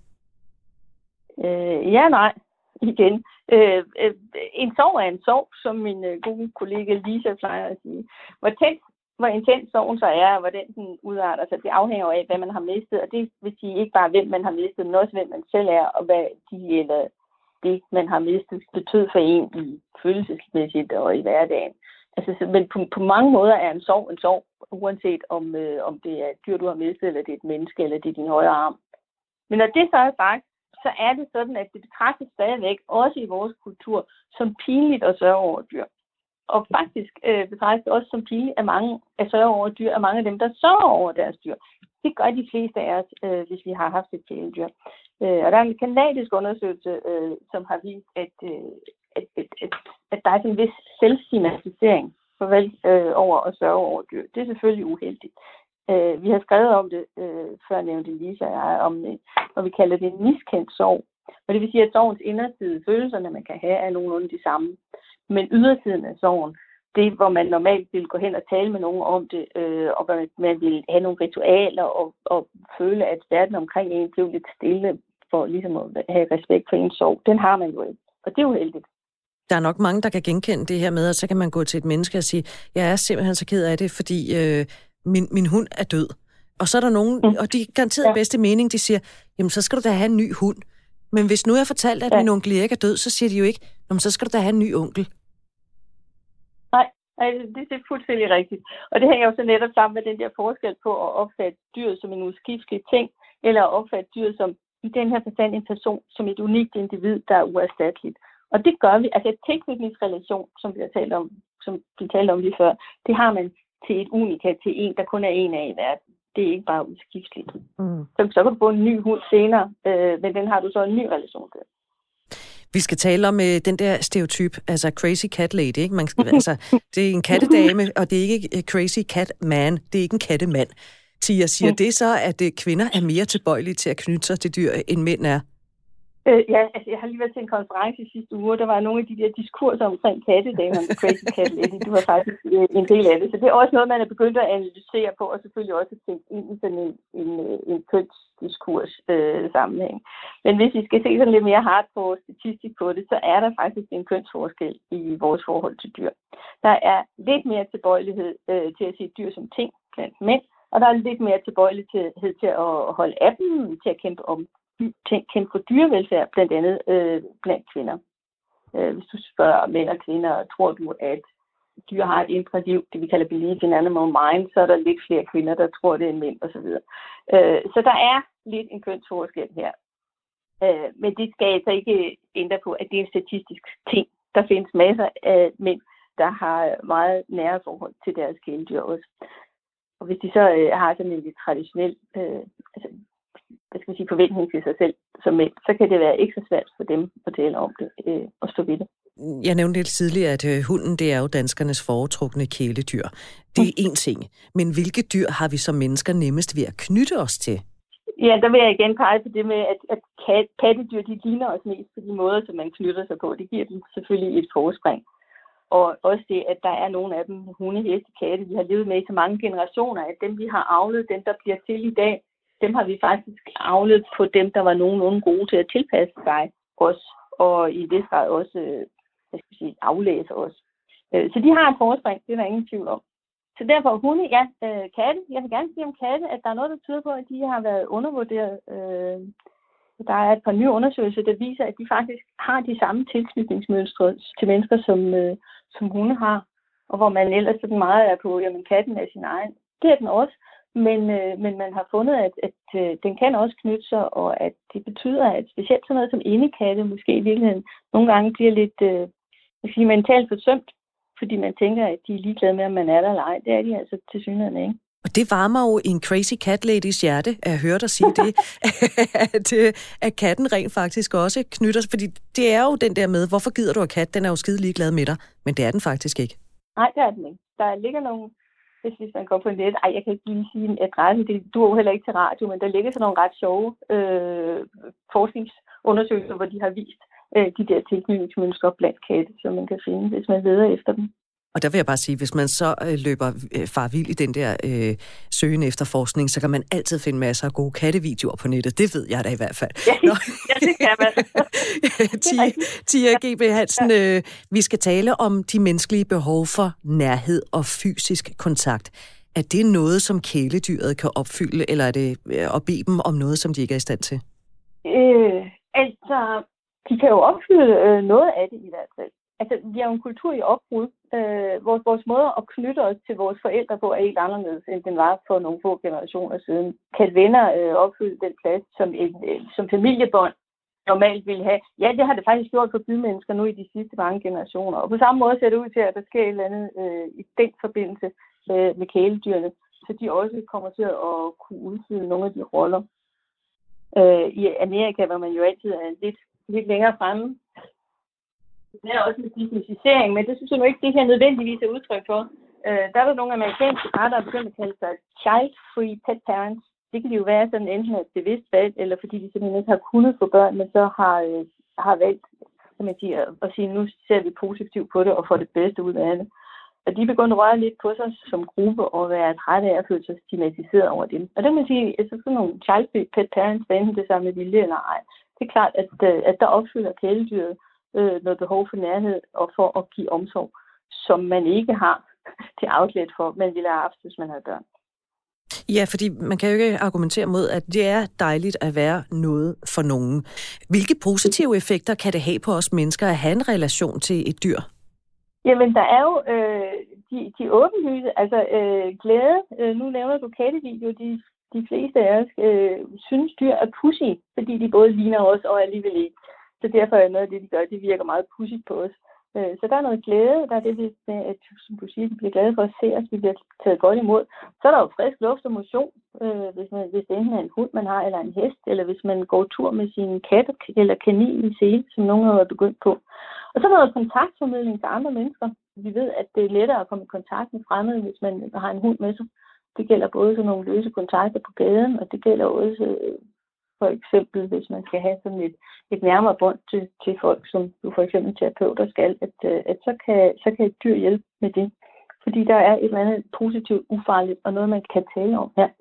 Øh, ja, nej. Igen. Øh, øh, en sorg er en sorg, som min øh, gode kollega Lisa plejer at sige. Hvor tæt, hvor intens sorgen så er, og hvordan den udarter sig, det afhænger af, hvad man har mistet. Og det vil sige ikke bare, hvem man har mistet, men også hvem man selv er, og hvad de eller det, man har mistet, betød for en i følelsesmæssigt og i hverdagen. Altså, så, men på, på mange måder er en sorg en sorg, uanset om, øh, om det er et dyr, du har mistet, eller det er et menneske, eller det er din højre arm. Men når det så er sagt, så er det sådan, at det betragtes stadigvæk, også i vores kultur, som pinligt at sørge over dyr. Og faktisk øh, betragtes det også som pinligt at mange at sørge over dyr, af mange af dem, der sørger over deres dyr. Det gør de fleste af os, øh, hvis vi har haft et kæledyr. Øh, og der er en kanadisk undersøgelse, øh, som har vist, at, øh, at, at, at, at der er en vis selvstigmatisering øh, over at sørge over dyr. Det er selvfølgelig uheldigt. Øh, vi har skrevet om det, øh, før nævnte Lisa og jeg, om det, og vi kalder det en miskendt sorg. Og det vil sige, at sorgens inderside, følelserne, man kan have, er nogenlunde de samme. Men ydersiden af sorgen, det hvor man normalt vil gå hen og tale med nogen om det, øh, og man vil have nogle ritualer og, og føle, at verden omkring en bliver lidt stille for ligesom at have respekt for ens sorg, den har man jo ikke. Og det er jo heldigt. Der er nok mange, der kan genkende det her med, og så kan man gå til et menneske og sige, jeg er simpelthen så ked af det, fordi øh, min, min hund er død. Og så er der nogen, mm. og de garanteret ja. bedste mening, de siger, jamen så skal du da have en ny hund. Men hvis nu jeg fortalt, at ja. min onkel Erik er død, så siger de jo ikke, jamen så skal du da have en ny onkel. Nej, det er fuldstændig rigtigt. Og det hænger jo så netop sammen med den der forskel på at opfatte dyret som en uskiftelig ting, eller at opfatte dyret som i den her forstand en person, som et unikt individ, der er uerstatteligt. Og det gør vi, altså et tilknytningsrelation, som vi har talt om, som vi talte om lige før, det har man til et unikat, til en, der kun er en af i verden. Det er ikke bare uskifteligt. Mm. Så, så kan du få en ny hund senere, øh, men den har du så en ny relation til. Vi skal tale om øh, den der stereotyp, altså crazy cat lady, ikke? Man, altså, det er en kattedame, og det er ikke uh, crazy cat man, det er ikke en kattemand. Tia, siger mm. det så, at øh, kvinder er mere tilbøjelige til at knytte sig til dyr, end mænd er? Øh, ja, altså jeg har lige været til en konference i sidste uge, der var nogle af de der diskurser omkring kattedamerne, crazy cat lady, det var faktisk øh, en del af det. Så det er også noget, man er begyndt at analysere på, og selvfølgelig også at tænke ind i sådan en, en, en kønsdiskurs øh, sammenhæng. Men hvis vi skal se sådan lidt mere hardcore statistik på det, så er der faktisk en kønsforskel i vores forhold til dyr. Der er lidt mere tilbøjelighed øh, til at se dyr som ting blandt mænd, og der er lidt mere tilbøjelighed til at holde af dem, til at kæmpe om kæmpe for dyrevelfærd, blandt andet øh, blandt kvinder. Øh, hvis du spørger mænd og kvinder, tror du, at dyr har et indre liv, det vi kalder belief in animal mind, så er der lidt flere kvinder, der tror det end mænd osv. Øh, så der er lidt en kønsforskel her. Øh, men det skal altså ikke ændre på, at det er en statistisk ting. Der findes masser af mænd, der har meget nære forhold til deres kæledyr også. Og hvis de så øh, har sådan en lidt traditionel øh, altså, hvad skal man sige, forventning til sig selv som mænd, så kan det være ekstra svært for dem at tale om det øh, og stå ved det. Jeg nævnte lidt tidligere, at øh, hunden, det er jo danskernes foretrukne kæledyr. Det er én ting, men hvilke dyr har vi som mennesker nemmest ved at knytte os til? Ja, der vil jeg igen pege på det med, at, at kat, kattedyr, de ligner os mest på de måder, som man knytter sig på. Det giver dem selvfølgelig et forspring. Og også det, at der er nogle af dem, hunde, heste, katte, vi har levet med i så mange generationer, at dem, vi har avlet, dem, der bliver til i dag, dem har vi faktisk avlet på dem, der var nogenlunde gode til at tilpasse sig os, og i det grad også, hvad skal jeg sige, aflæse os. Så de har et forspring, det er der ingen tvivl om. Så derfor hunde, ja, katte, jeg vil gerne sige om katte, at der er noget, der tyder på, at de har været undervurderet. Der er et par nye undersøgelser, der viser, at de faktisk har de samme tilknytningsmønstre til mennesker, som, som hunde har, og hvor man ellers sådan meget er på, jamen katten er sin egen. Det er den også. Men, øh, men man har fundet, at, at øh, den kan også knytte sig, og at det betyder, at specielt sådan noget som indekatte måske i virkeligheden nogle gange bliver lidt øh, sige, mentalt forsømt, fordi man tænker, at de er ligeglade med, om man er der eller ej. Det er de altså til synligheden ikke. Og det varmer jo en crazy cat ladies hjerte at høre dig sige det, at, at katten rent faktisk også knytter sig, fordi det er jo den der med, hvorfor gider du at kat? Den er jo skide ligeglad med dig, men det er den faktisk ikke. Nej, det er den ikke. Der ligger nogle Hvis, hvis man går på net, ej, jeg kan ikke lige sige en adresse, det duer jo heller ikke til radio, men der ligger sådan nogle ret sjove øh, forskningsundersøgelser, hvor de har vist øh, de der tilknytningsmønstre blandt katte, som man kan finde, hvis man leder efter dem. Og der vil jeg bare sige, hvis man så øh, løber øh, farvild i den der øh, søgen efter forskning, så kan man altid finde masser af gode kattevideoer på nettet. Det ved jeg da i hvert fald. Ja, ja det kan man. Tia, Tia G B Hansen, øh, vi skal tale om de menneskelige behov for nærhed og fysisk kontakt. Er det noget, som kæledyret kan opfylde, eller er det øh, at bede dem om noget, som de ikke er i stand til? Øh, altså, de kan jo opfylde øh, noget af det i hvert fald. Altså, vi har jo en kultur i opbrud. Øh, vores, vores måde at knytte os til vores forældre på er helt anderledes, end den var for nogle få generationer siden. Kan venner øh, opfylde den plads, som, en, øh, som familiebånd normalt ville have? Ja, det har det faktisk gjort for bymennesker nu i de sidste mange generationer. Og på samme måde ser det ud til, at der sker et eller andet øh, i den forbindelse øh, med kæledyrene, så de også kommer til at kunne udfylde nogle af de roller. Øh, I Amerika, hvor man jo altid er lidt, lidt længere fremme, det er også med dignificering, men det synes jeg nu ikke, det her nødvendigvis er udtryk for. Øh, der er der nogle amerikanske par, der er begyndt at kalde sig child-free pet parents. Det kan de jo være sådan enten et bevidst valg, eller fordi de simpelthen ikke har kunnet få børn, men så har, øh, har valgt kan man sige, at sige, nu ser vi positivt på det og får det bedste ud af det. Og de er begyndt at røre lidt på sig som gruppe og være trætte af at føle sig stigmatiseret over dem. Og det kan man sige, at sådan nogle child-free pet parents, hvad enten det samme med vilje eller ej, det er klart, at, at der opfylder kæledyret noget behov for nærhed og for at give omsorg, som man ikke har til outlet for, man ville have haft, hvis man havde børn. Ja, fordi man kan jo ikke argumentere mod, at det er dejligt at være noget for nogen. Hvilke positive effekter kan det have på os mennesker at have en relation til et dyr? Jamen, der er jo øh, de, de åbenlyse, altså øh, glæde. Øh, nu nævner du kattevideo. De, de fleste af os øh, synes, dyr er pudsige, fordi de både ligner os og alligevel ikke. Så derfor er noget af det, de gør, det virker meget pudsigt på os. Øh, så der er noget glæde. Der er det med, at, som du siger, de bliver glade for at se os, vi bliver taget godt imod. Så er der jo frisk luft og motion, øh, hvis, man, hvis det enten er en hund, man har, eller en hest, eller hvis man går tur med sin kat eller kanin i sele, som nogen har begyndt på. Og så er der noget kontaktformidling til andre mennesker. Vi ved, at det er lettere at komme i kontakt med fremmede, hvis man har en hund med sig. Det gælder både sådan nogle løse kontakter på gaden, og det gælder også øh, for eksempel, hvis man skal have sådan et, et nærmere bånd til, til folk, som du for eksempel terapeuter skal, at, at så, kan, så kan et dyr hjælpe med det. Fordi der er et eller andet positivt, ufarligt, og noget, man kan tale om her.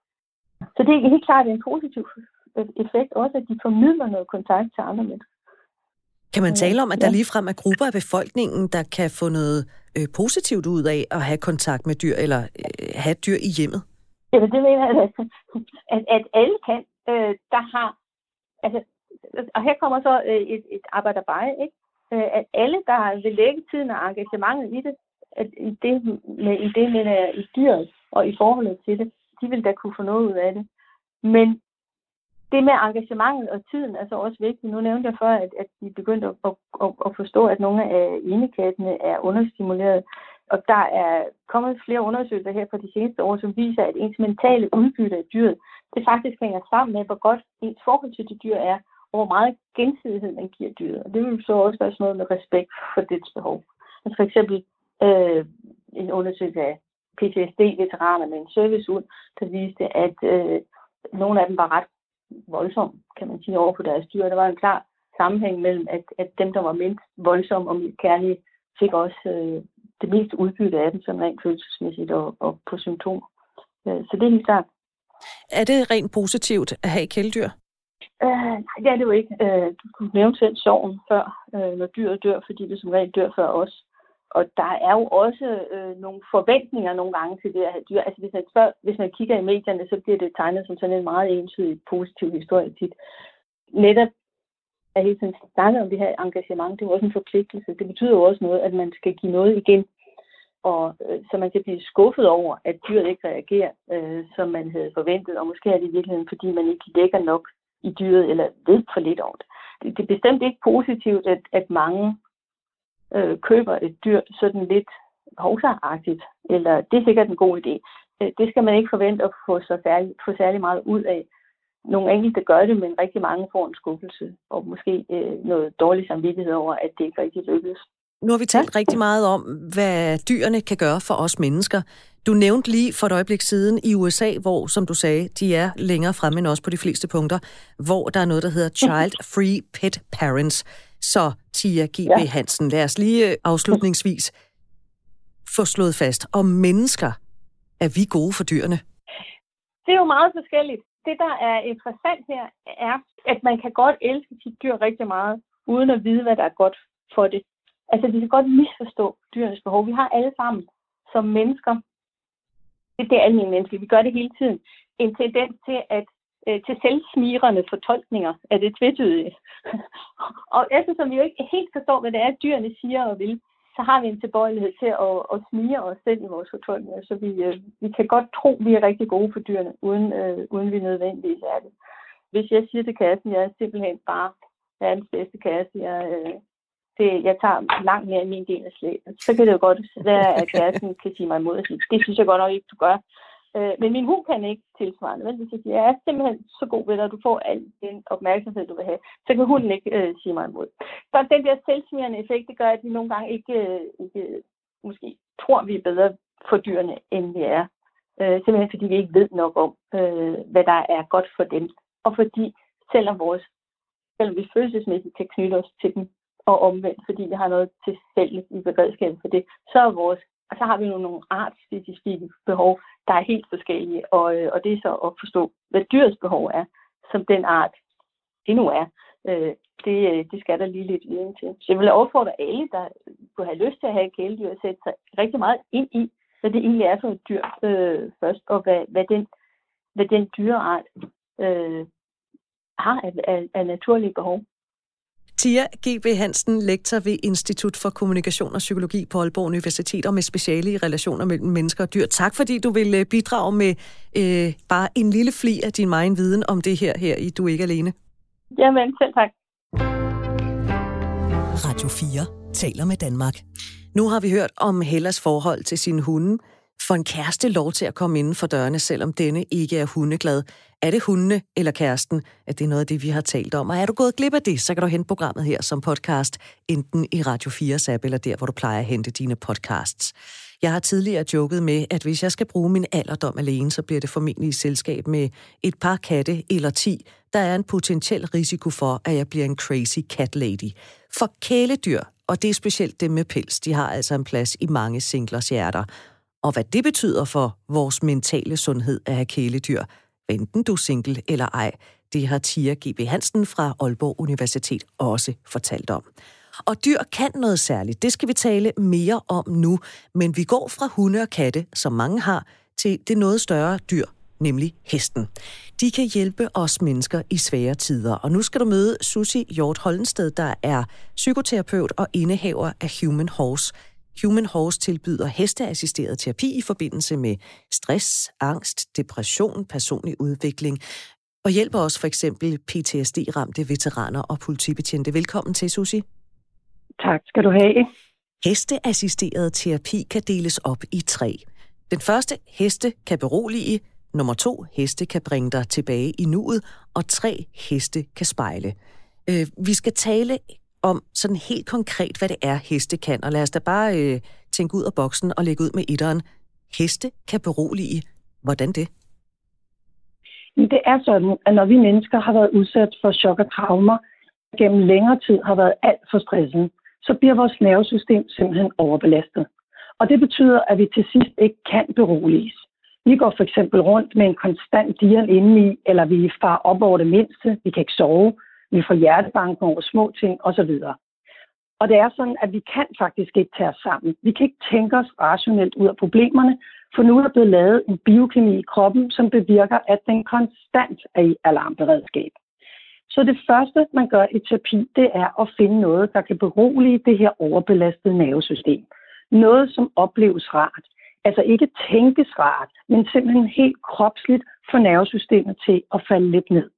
Så det er helt klart en positiv effekt også, at de formidler noget kontakt til andre mennesker. Kan man tale om, at der ligefrem er grupper af befolkningen, der kan få noget øh, positivt ud af at have kontakt med dyr, eller øh, have et dyr i hjemmet? Ja, det mener jeg, at, at, at alle kan. Øh, der har, altså, og her kommer så øh, et, et arbejderbej, ikke? Øh, at alle, der vil lægge tiden og engagementet i det, at i det med, i det med i dyret og i forholdet til det, de vil da kunne få noget ud af det. Men det med engagementet og tiden er så også vigtigt. Nu nævnte jeg før, at, at de begyndte at, at, at, at forstå, at nogle af indekattene er understimuleret. Og der er kommet flere undersøgelser her fra de seneste år, som viser, at ens mentale udbytte af dyret, det faktisk hænger sammen med, hvor godt ens forhold til det dyr er, og hvor meget gensidighed man giver dyret. Og det vil så også være sådan noget med respekt for dets behov. Altså for eksempel øh, en undersøgelse af P T S D-veteraner med en servicehund, der viste, at øh, nogle af dem var ret voldsomme, kan man sige, over på deres dyr. Der var en klar sammenhæng mellem, at, at dem, der var mindst voldsomme og kærlige, fik også øh, det mest udbytte af dem, som rent følelsesmæssigt og, og på symptomer. Så det er helt klart. Er det rent positivt at have kæledyr? Øh, nej, det er det jo ikke. Øh, du nævnte selv sorgen før, øh, når dyret dør, fordi det som regel dør før os. Og der er jo også øh, nogle forventninger nogle gange til det at have dyr. Altså hvis man, spørger, hvis man kigger i medierne, så bliver det tegnet som sådan en meget entydig positiv historie tit. Netop at hele tiden snakke om det her engagement, det er jo også en forpligtelse. Det betyder jo også noget, at man skal give noget igen. Og øh, så man kan blive skuffet over, at dyret ikke reagerer, øh, som man havde forventet. Og måske er det i virkeligheden, fordi man ikke lægger nok i dyret, eller ved for lidt over det. Det, det er bestemt ikke positivt, at, at mange øh, køber et dyr sådan lidt hovsagtigt, eller det er sikkert en god idé. Det skal man ikke forvente at få, så særlig, få særlig meget ud af. Nogle enkelte gør det, men rigtig mange får en skuffelse, og måske øh, noget dårlig samvittighed over, at det ikke rigtig lykkes. Nu har vi talt rigtig meget om, hvad dyrene kan gøre for os mennesker. Du nævnte lige for et øjeblik siden i U S A, hvor, som du sagde, de er længere fremme end os på de fleste punkter, hvor der er noget, der hedder Child Free Pet Parents. Så Tia G B. Ja. Hansen, lad os lige afslutningsvis få slået fast, om mennesker er vi gode for dyrene? Det er jo meget forskelligt. Det, der er interessant her, er, at man kan godt elske sit dyr rigtig meget, uden at vide, hvad der er godt for det. Altså, vi kan godt misforstå dyrenes behov. Vi har alle sammen som mennesker, det er almindelige mennesker, vi gør det hele tiden, en tendens til at øh, til selvsmirrende fortolkninger af det tvetydige. Og eftersom vi jo ikke helt forstår, hvad det er, dyrene siger og vil, så har vi en tilbøjelighed til at, at smire os selv i vores fortolkninger. Så vi, øh, vi kan godt tro, at vi er rigtig gode for dyrene, uden, øh, uden vi nødvendigvis er det. Hvis jeg siger til kassen, jeg er simpelthen bare verdens bedste kasse, jeg, øh, det, jeg tager langt mere end min del af slæbet, så kan det jo godt være, at kassen kan sige mig imod at sige, det synes jeg godt nok ikke, du gør. Øh, men min hund kan ikke tilsvarende. Men hvis jeg siger, jeg er simpelthen så god ved dig, og du får al den opmærksomhed, du vil have, så kan hunden ikke øh, sige mig imod. Så den der selvsmirrende effekt, det gør, at vi nogle gange ikke, øh, ikke måske tror, vi er bedre for dyrene, end vi er. Øh, simpelthen fordi vi ikke ved nok om, øh, hvad der er godt for dem. Og fordi selvom, vores, selvom vi følelsesmæssigt kan knytte os til dem, og omvendt, fordi vi har noget til fælles i beredskabet for det, så er vores, og så har vi jo nogle artsspecifikke behov, der er helt forskellige, og, og det er så at forstå, hvad dyrets behov er, som den art, det nu er. Det, det skal der lige lidt viden til. Så jeg vil opfordre alle, der kunne have lyst til at have et kæledyr, at sætte sig rigtig meget ind i, hvad det egentlig er for et dyr øh, først, og hvad, hvad den hvad den dyreart øh, har af, af, af naturlige behov. Tia G B. Hansen, lektor ved Institut for Kommunikation og Psykologi på Aalborg Universitet og med speciale i relationer mellem mennesker og dyr. Tak fordi du vil bidrage med øh, bare en lille fli af din egen viden om det her, her i Du er ikke alene. Jamen, selv tak. Radio fire taler med Danmark. Nu har vi hørt om Hellas forhold til sine hunde. Får en kæreste lov til at komme inden for dørene, selvom denne ikke er hundeglad? Er det hundene eller kæresten? At det er noget af det, vi har talt om. Og er du gået glip af det, så kan du hente programmet her som podcast, enten i Radio fires app eller der, hvor du plejer at hente dine podcasts. Jeg har tidligere joket med, at hvis jeg skal bruge min alderdom alene, så bliver det formentlig i selskab med et par katte eller ti. Der er en potentiel risiko for, at jeg bliver en crazy cat lady. For kæledyr, og det er specielt dem med pels, de har altså en plads i mange singlers hjerter. Og hvad det betyder for vores mentale sundhed at have kæledyr, enten du er single eller ej, det har Tia G B. Hansen fra Aalborg Universitet også fortalt om. Og dyr kan noget særligt, det skal vi tale mere om nu, men vi går fra hunde og katte, som mange har, til det noget større dyr, nemlig hesten. De kan hjælpe os mennesker i svære tider, og nu skal du møde Susie Hjort Hollensted, der er psykoterapeut og indehaver af Human Horse. Human Horse tilbyder hesteassisteret terapi i forbindelse med stress, angst, depression, personlig udvikling, og hjælper også for eksempel P T S D-ramte veteraner og politibetjente. Velkommen til, Susie. Tak skal du have. Hesteassisteret terapi kan deles op i tre. Den første, heste kan berolige. Nummer to, heste kan bringe dig tilbage i nuet. Og tre, heste kan spejle. Øh, vi skal tale om sådan helt konkret, hvad det er, heste kan. Og lad os da bare øh, tænke ud af boksen og lægge ud med etteren. Heste kan berolige. Hvordan det? Det er sådan, at når vi mennesker har været udsat for chok og traumer, gennem længere tid har været alt for stresset, så bliver vores nervesystem simpelthen overbelastet. Og det betyder, at vi til sidst ikke kan beroliges. Vi går for eksempel rundt med en konstant dirren indeni, eller vi farer op over det mindste, vi kan ikke sove, vi får hjertebanken over små ting osv. Og det er sådan, at vi kan faktisk ikke tage os sammen. Vi kan ikke tænke os rationelt ud af problemerne, for nu er der blevet lavet en biokemi i kroppen, som bevirker, at den konstant er i alarmberedskab. Så det første, man gør i terapi, det er at finde noget, der kan berolige det her overbelastede nervesystem. Noget, som opleves rart. Altså ikke tænkes rart, men simpelthen helt kropsligt få nervesystemet til at falde lidt ned.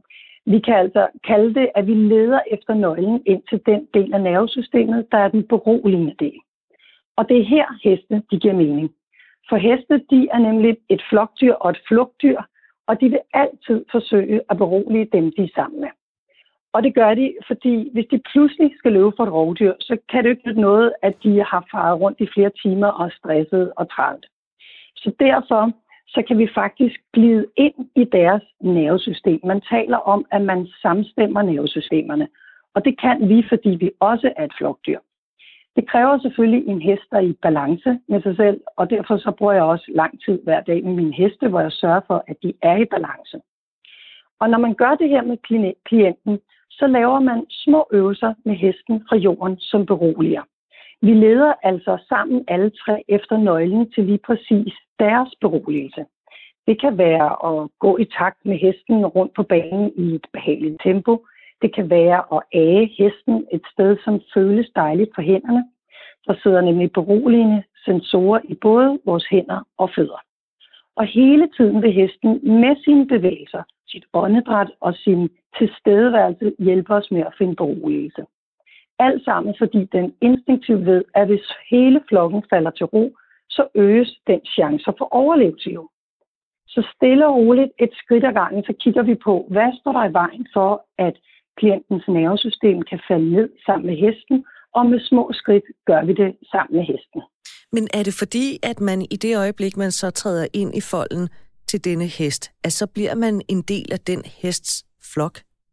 Vi kan altså kalde det, at vi leder efter nøglen ind til den del af nervesystemet, der er den beroligende del. Og det er her heste, de giver mening. For heste, de er nemlig et flokdyr og et flugtdyr, og de vil altid forsøge at berolige dem, de er sammen med. Og det gør de, fordi hvis de pludselig skal løbe for et rovdyr, så kan det ikke nytte noget, at de har faret rundt i flere timer og stresset og træt. Så derfor så kan vi faktisk glide ind i deres nervesystem. Man taler om, at man samstemmer nervesystemerne. Og det kan vi, fordi vi også er et flokdyr. Det kræver selvfølgelig en hest, der er i balance med sig selv, og derfor så bruger jeg også lang tid hver dag med mine heste, hvor jeg sørger for, at de er i balance. Og når man gør det her med klienten, så laver man små øvelser med hesten fra jorden, som beroliger. Vi leder altså sammen alle tre efter nøglen til lige præcis deres beroligelse. Det kan være at gå i takt med hesten rundt på banen i et behageligt tempo. Det kan være at age hesten et sted, som føles dejligt for hænderne. Der sidder nemlig beroligende sensorer i både vores hænder og fødder. Og hele tiden vil hesten med sine bevægelser, sit åndedræt og sin tilstedeværelse hjælpe os med at finde beroligelse. Alt sammen, fordi den instinktivt ved, at hvis hele flokken falder til ro, så øges den chancer for overlevelse jo. Så stille og roligt et skridt ad gangen, så kigger vi på, hvad står der i vejen for, at klientens nervesystem kan falde ned sammen med hesten, og med små skridt gør vi det sammen med hesten. Men er det fordi, at man i det øjeblik, man så træder ind i folden til denne hest, at så bliver man en del af den hests flok?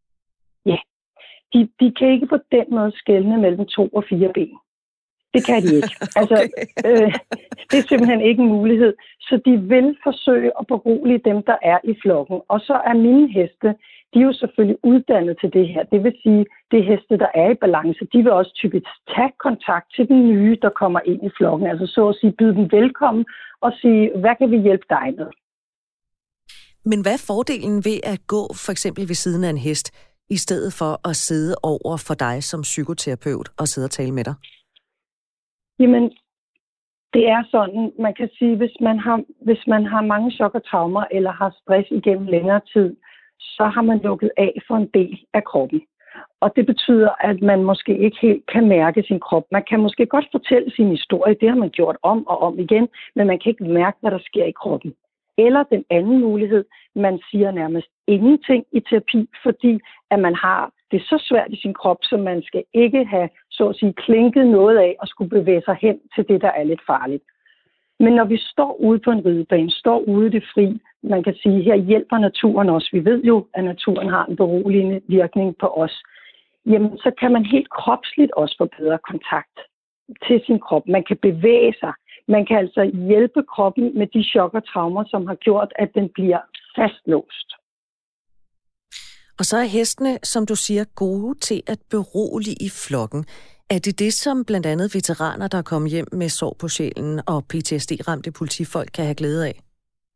Ja, de, de kan ikke på den måde skelne mellem to og fire ben. Det kan de ikke. Altså, okay. øh, det er simpelthen ikke en mulighed. Så de vil forsøge at berolige dem, der er i flokken. Og så er mine heste, de er jo selvfølgelig uddannet til det her. Det vil sige, det heste, der er i balance, de vil også typisk tage kontakt til den nye, der kommer ind i flokken. Altså så at sige, byde dem velkommen og sige, hvad kan vi hjælpe dig med? Men hvad er fordelen ved at gå for eksempel ved siden af en hest, i stedet for at sidde over for dig som psykoterapeut og sidde og tale med dig? Jamen, det er sådan, man kan sige, hvis man har, hvis man har mange chok og traumer, eller har stress igennem længere tid, så har man lukket af for en del af kroppen. Og det betyder, at man måske ikke helt kan mærke sin krop. Man kan måske godt fortælle sin historie, det har man gjort om og om igen, men man kan ikke mærke, hvad der sker i kroppen. Eller den anden mulighed, man siger nærmest ingenting i terapi, fordi at man har det så svært i sin krop, så man skal ikke have, så at sige, klinket noget af og skulle bevæge sig hen til det, der er lidt farligt. Men når vi står ude på en ridebane, står ude i det fri, man kan sige, her hjælper naturen os. Vi ved jo, at naturen har en beroligende virkning på os. Jamen, så kan man helt kropsligt også få bedre kontakt til sin krop. Man kan bevæge sig. Man kan altså hjælpe kroppen med de chok og traumer, som har gjort, at den bliver fastlåst. Og så er hestene, som du siger, gode til at berolige i flokken. Er det det, som blandt andet veteraner, der er kommet hjem med sår på sjælen og P T S D-ramte politifolk, kan have glæde af?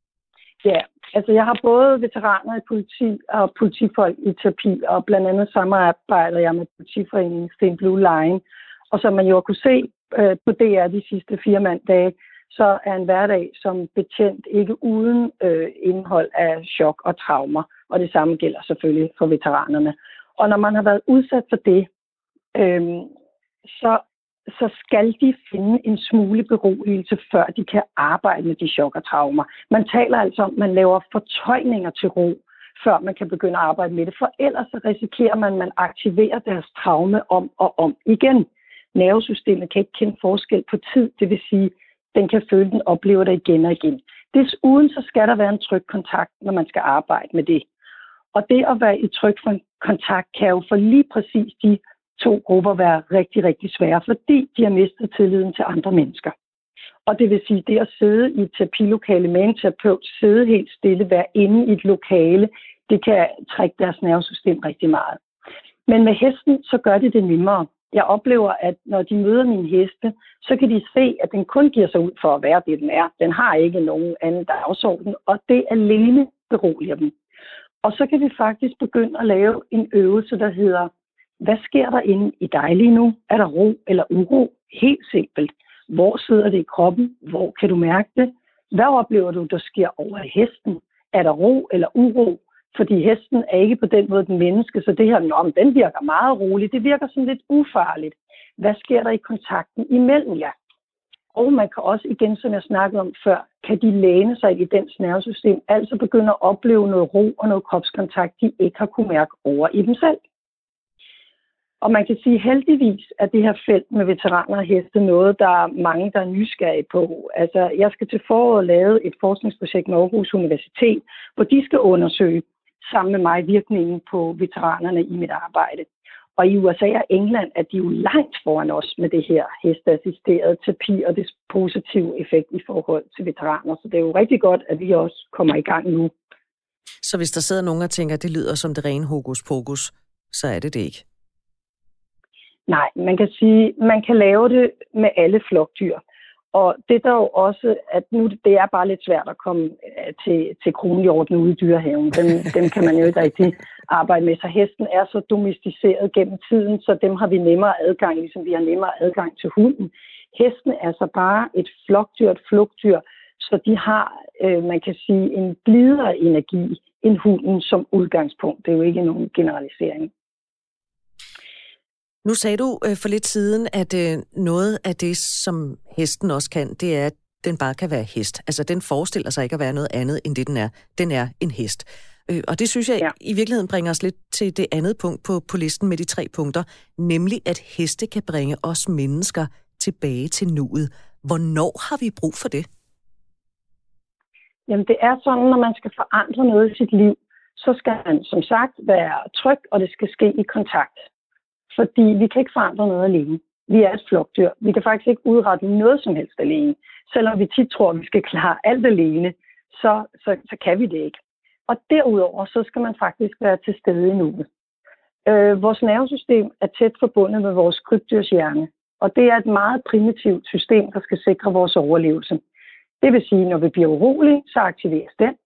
Ja, altså jeg har både veteraner i politi og politifolk i terapi, og blandt andet samarbejder jeg med politiforeningen Sten Blue Line. Og som man jo kunne se øh, på D R de sidste fire manddage, så er en hverdag som betjent ikke uden øh, indhold af chok og traumer. Og det samme gælder selvfølgelig for veteranerne. Og når man har været udsat for det, øh, så, så skal de finde en smule beroligelse, før de kan arbejde med de chok og traumer. Man taler altså om, at man laver fortøjninger til ro, før man kan begynde at arbejde med det. For ellers så risikerer man, at man aktiverer deres traume om og om igen. Nervesystemet kan ikke kende forskel på tid, det vil sige, den kan føle, den oplever det igen og igen. Desuden så skal der være en tryg kontakt, når man skal arbejde med det. Og det at være i tryg kontakt kan jo for lige præcis de to grupper være rigtig, rigtig svære, fordi de har mistet tilliden til andre mennesker. Og det vil sige, det at sidde i et terapilokale med en terapeut, sidde helt stille, være inde i et lokale, det kan trække deres nervesystem rigtig meget. Men med hesten, så gør det det nemmere. Jeg oplever, at når de møder mine heste, så kan de se, at den kun giver sig ud for at være det, den er. Den har ikke nogen anden dagsorden, og det alene beroliger dem. Og så kan vi faktisk begynde at lave en øvelse, der hedder, hvad sker der inde i dig lige nu? Er der ro eller uro? Helt simpelt. Hvor sidder det i kroppen? Hvor kan du mærke det? Hvad oplever du, der sker over i hesten? Er der ro eller uro? Fordi hesten er ikke på den måde den menneske, så det her, nå, den virker meget roligt. Det virker sådan lidt ufarligt. Hvad sker der i kontakten imellem jer? Og man kan også, igen som jeg snakkede om før, kan de læne sig i dens nervesystem, altså begynde at opleve noget ro og noget kropskontakt, de ikke har kunne mærke over i dem selv. Og man kan sige, heldigvis at det her felt med veteraner og heste noget, der er mange, der er nysgerrige på. Altså, jeg skal til foråret lave et forskningsprojekt med Aarhus Universitet, hvor de skal undersøge sammen med mig virkningen på veteranerne i mit arbejde. Og i U S A og England er de jo langt foran os med det her hesteassisterede terapi og det positive effekt i forhold til veteraner. Så det er jo rigtig godt, at vi også kommer i gang nu. Så hvis der sidder nogen og tænker, at det lyder som det rene hokus pokus, så er det det ikke? Nej, man kan sige, man kan lave det med alle flokdyr. Og det der jo også, at nu det er bare lidt svært at komme til, til kronhjorten ude i dyrehaven. Dem, dem kan man jo ikke rigtig arbejde med. Så hesten er så domesticeret gennem tiden, så dem har vi nemmere adgang, ligesom vi har nemmere adgang til hunden. Hesten er så bare et flokdyr, et flugtdyr, så de har, øh, man kan sige, en blidere energi end hunden som udgangspunkt. Det er jo ikke nogen generalisering. Nu sagde du øh, for lidt siden, at øh, noget af det, som hesten også kan, det er, at den bare kan være hest. Altså, den forestiller sig ikke at være noget andet, end det den er. Den er en hest. Øh, og det synes jeg ja. i virkeligheden bringer os lidt til det andet punkt på, på listen med de tre punkter, nemlig at heste kan bringe os mennesker tilbage til nuet. Hvornår har vi brug for det? Jamen, det er sådan, når man skal forandre noget i sit liv, så skal man som sagt være tryg, og det skal ske i kontakt. Fordi vi kan ikke forandre noget alene. Vi er et flokdyr. Vi kan faktisk ikke udrette noget som helst alene. Selvom vi tit tror, at vi skal klare alt alene, så, så, så kan vi det ikke. Og derudover, så skal man faktisk være til stede i nuet. Øh, vores nervesystem er tæt forbundet med vores krybdyrshjerne. Og det er et meget primitivt system, der skal sikre vores overlevelse. Det vil sige, at når vi bliver urolige, så aktiveres den.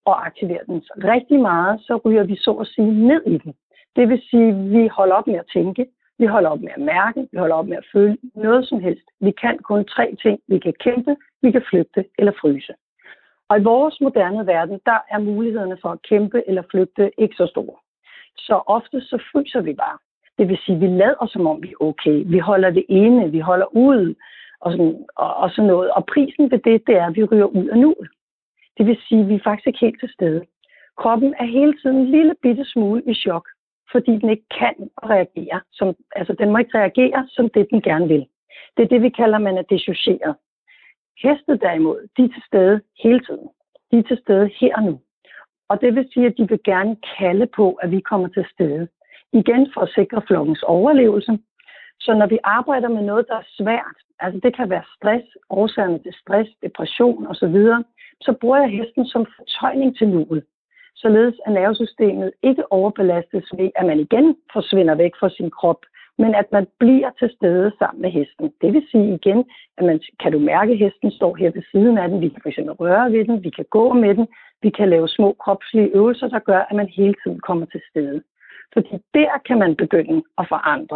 og aktiverer den rigtig meget, så ryger vi så at sige ned i den. Det vil sige, at vi holder op med at tænke, vi holder op med at mærke, vi holder op med at føle noget som helst. Vi kan kun tre ting. Vi kan kæmpe, vi kan flygte eller fryse. Og i vores moderne verden, der er mulighederne for at kæmpe eller flygte ikke så store. Så ofte så fryser vi bare. Det vil sige, at vi lader som om vi er okay. Vi holder det ene, vi holder ud og sådan, og, og sådan noget. Og prisen ved det, det er, at vi ryger ud af nuet. Det vil sige, at vi er faktisk ikke helt til stede. Kroppen er hele tiden en lille bitte smule i chok, fordi den ikke kan reagere. Som, altså, den må ikke reagere som det, den gerne vil. Det er det, vi kalder, man er dissocieret. Heste derimod, de er til stede hele tiden. De er til stede her og nu. Og det vil sige, at de vil gerne kalde på, at vi kommer til stede. Igen for at sikre flokkens overlevelse. Så når vi arbejder med noget, der er svært, altså det kan være stress, årsagerne til stress, depression osv., så bruger jeg hesten som fortøjning til nuet. Således at nervesystemet ikke overbelastes ved, at man igen forsvinder væk fra sin krop, men at man bliver til stede sammen med hesten. Det vil sige igen, at man kan du mærke, at hesten står her ved siden af den. Vi kan fx røre ved den, vi kan gå med den, vi kan lave små kropslige øvelser, der gør, at man hele tiden kommer til stede. Fordi der kan man begynde at forandre.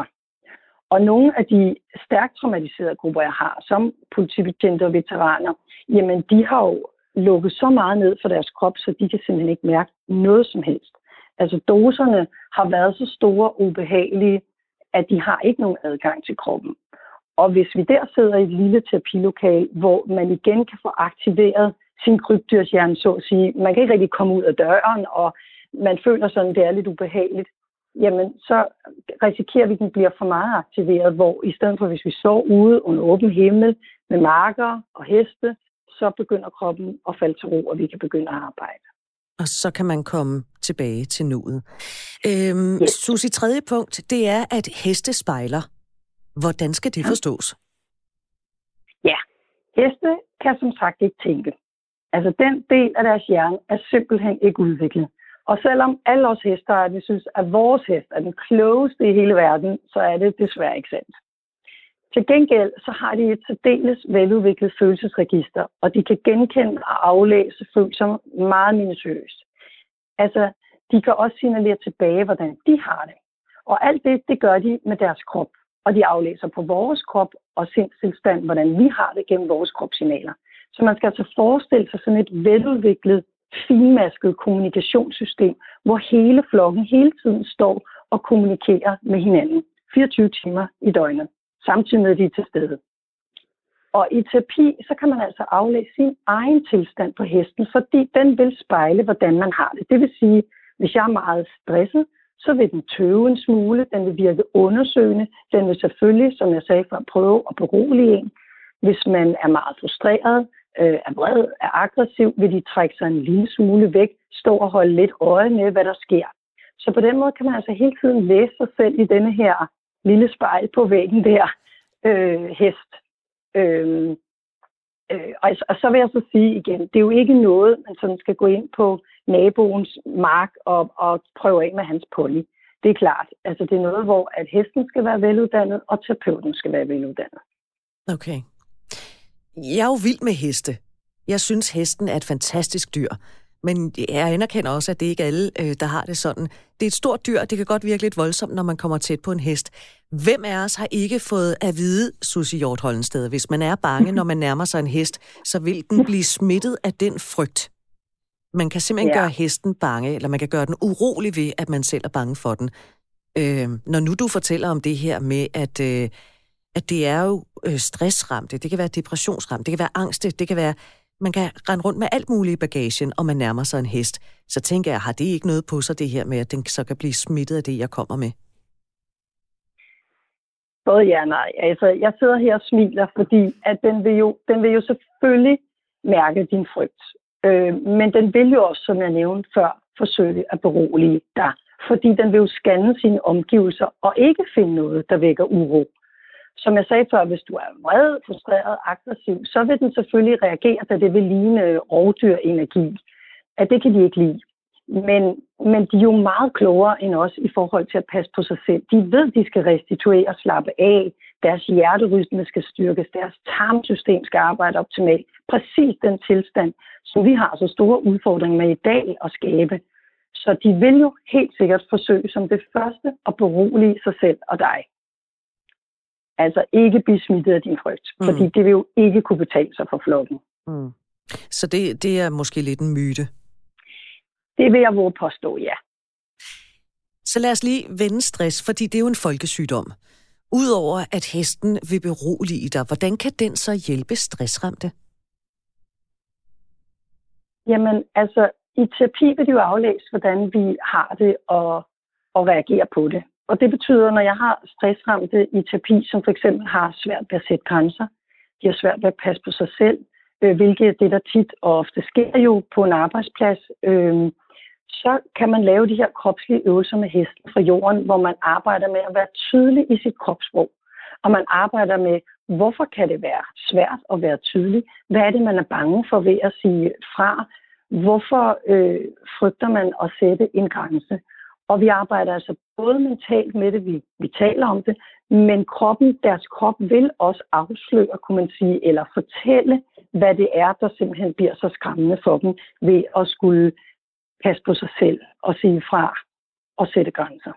Og nogle af de stærkt traumatiserede grupper, jeg har, som politibetjente og veteraner, jamen de har jo lukket så meget ned for deres krop, så de kan simpelthen ikke mærke noget som helst. Altså doserne har været så store og ubehagelige, at de har ikke nogen adgang til kroppen. Og hvis vi der sidder i et lille terapilokal, hvor man igen kan få aktiveret sin krybdyrshjerne, så at sige, man kan ikke rigtig komme ud af døren, og man føler sådan, det er lidt ubehageligt, jamen så risikerer vi, at den bliver for meget aktiveret, hvor i stedet for, hvis vi står ude under åben himmel med marker og heste, så begynder kroppen at falde til ro, og vi kan begynde at arbejde. Og så kan man komme tilbage til nuet. Øhm, yes. Susie, tredje punkt, det er, at heste spejler. Hvordan skal det forstås? Ja, heste kan som sagt ikke tænke. Altså den del af deres hjerne er simpelthen ikke udviklet. Og selvom alle os hester, vi synes, at vores hest er den klogeste i hele verden, så er det desværre ikke sandt. Til gengæld så har de et særdeles veludviklet følelsesregister, og de kan genkende og aflæse følelser meget minutiøst. Altså, de kan også signalere tilbage, hvordan de har det. Og alt det, det gør de med deres krop. Og de aflæser på vores krop og sindstilstand, hvordan vi har det gennem vores kropssignaler. Så man skal altså forestille sig sådan et veludviklet, finmasket kommunikationssystem, hvor hele flokken hele tiden står og kommunikerer med hinanden. fireogtyve timer i døgnet. Samtidig med, at de er til stede. Og i terapi, så kan man altså aflæse sin egen tilstand på hesten, fordi den vil spejle, hvordan man har det. Det vil sige, hvis jeg er meget stresset, så vil den tøve en smule, den vil virke undersøgende, den vil selvfølgelig, som jeg sagde før, prøve at berolige en. Hvis man er meget frustreret, øh, er vred, er aggressiv, vil de trække sig en lille smule væk, stå og holde lidt øje med, hvad der sker. Så på den måde kan man altså hele tiden læse sig selv i denne her lille spejl på væggen der, øh, hest. Øh, øh, og, og så vil jeg så sige igen, det er jo ikke noget, man sådan skal gå ind på naboens mark og, og prøve af med hans pony. Det er klart. Altså det er noget, hvor at hesten skal være veluddannet, og terapeuten skal være veluddannet. Okay. Jeg er jo vild med heste. Jeg synes, hesten er et fantastisk dyr. Men jeg anerkender også, at det ikke er alle, der har det sådan. Det er et stort dyr, det kan godt virke lidt voldsomt, når man kommer tæt på en hest. Hvem af os har ikke fået at vide, Susie Hjort Hollensted, hvis man er bange, når man nærmer sig en hest, så vil den blive smittet af den frygt. Man kan simpelthen ja. gøre hesten bange, eller man kan gøre den urolig ved, at man selv er bange for den. Øh, når nu du fortæller om det her med, at, øh, at det er jo øh, stressramte, det kan være depressionsramte, det kan være angst, det kan være... Man kan rende rundt med alt muligt i bagagen, og man nærmer sig en hest. Så tænker jeg, har det ikke noget på sig, det her med, at den så kan blive smittet af det, jeg kommer med? Både ja og nej. Altså, jeg sidder her og smiler, fordi at den, vil jo, den vil jo selvfølgelig mærke din frygt. Øh, men den vil jo også, som jeg nævnte før, forsøge at berolige dig. Fordi den vil jo scanne sine omgivelser og ikke finde noget, der vækker uro. Som jeg sagde før, hvis du er vred, frustreret, aggressiv, så vil den selvfølgelig reagere, da det vil ligne rovdyrenergi. At det kan de ikke lide. Men, men de er jo meget klogere end os i forhold til at passe på sig selv. De ved, de skal restituere og slappe af. Deres hjerterytme skal styrkes. Deres tarmsystem skal arbejde optimalt. præcis den tilstand, som vi har så store udfordringer med i dag at skabe. Så de vil jo helt sikkert forsøge som det første at berolige sig selv og dig. Altså ikke blive smittet af din frygt, mm. fordi det vil jo ikke kunne betale sig for flokken. Mm. Så det, det er måske lidt en myte? Det vil jeg våge påstå, ja. Så lad os lige vende stress, fordi det er jo en folkesygdom. Udover at hesten vil berolige dig, hvordan kan den så hjælpe stressramte? Jamen, altså, i terapi vil det jo aflæse, hvordan vi har det og, og reagere på det. Og det betyder, når jeg har stressramte i terapi, som for eksempel har svært ved at sætte grænser, de har svært ved at passe på sig selv, øh, hvilket er det, der tit og ofte sker jo på en arbejdsplads, øh, så kan man lave de her kropslige øvelser med hesten fra jorden, hvor man arbejder med at være tydelig i sit kropssprog. Og man arbejder med, hvorfor kan det være svært at være tydelig? Hvad er det, man er bange for ved at sige fra? Hvorfor øh, frygter man at sætte en grænse? Og vi arbejder altså både mentalt med det, vi, vi taler om det, men kroppen, deres krop vil også afsløre, kunne man sige, eller fortælle, hvad det er, der simpelthen bliver så skræmmende for dem ved at skulle passe på sig selv og sige fra og sætte grænser.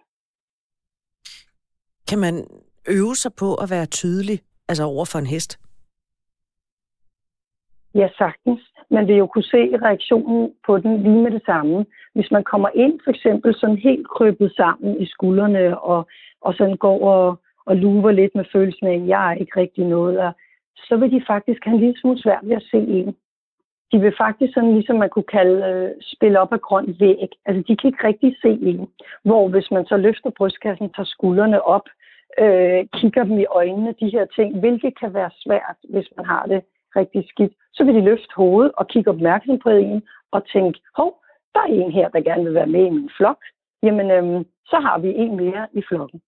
Kan man øve sig på at være tydelig, altså over for en hest? Ja, sagtens. Man vil jo kunne se reaktionen på den lige med det samme. Hvis man kommer ind for eksempel sådan helt krøbet sammen i skuldrene og, og sådan går og, og luver lidt med følelsen af, at jeg er ikke rigtig noget, og så vil de faktisk have en lille smule svært ved at se en. De vil faktisk sådan, ligesom man kunne kalde, øh, spille op af grøn væg. Altså, de kan ikke rigtig se en. Hvor hvis man så løfter brystkassen, tager skuldrene op, øh, kigger dem i øjnene, de her ting, hvilket kan være svært, hvis man har det rigtig skidt, så vil de løfte hovedet og kigge opmærksom på en og tænke, hov, der er en her, der gerne vil være med i min flok. Jamen, øhm, så har vi en mere i flokken.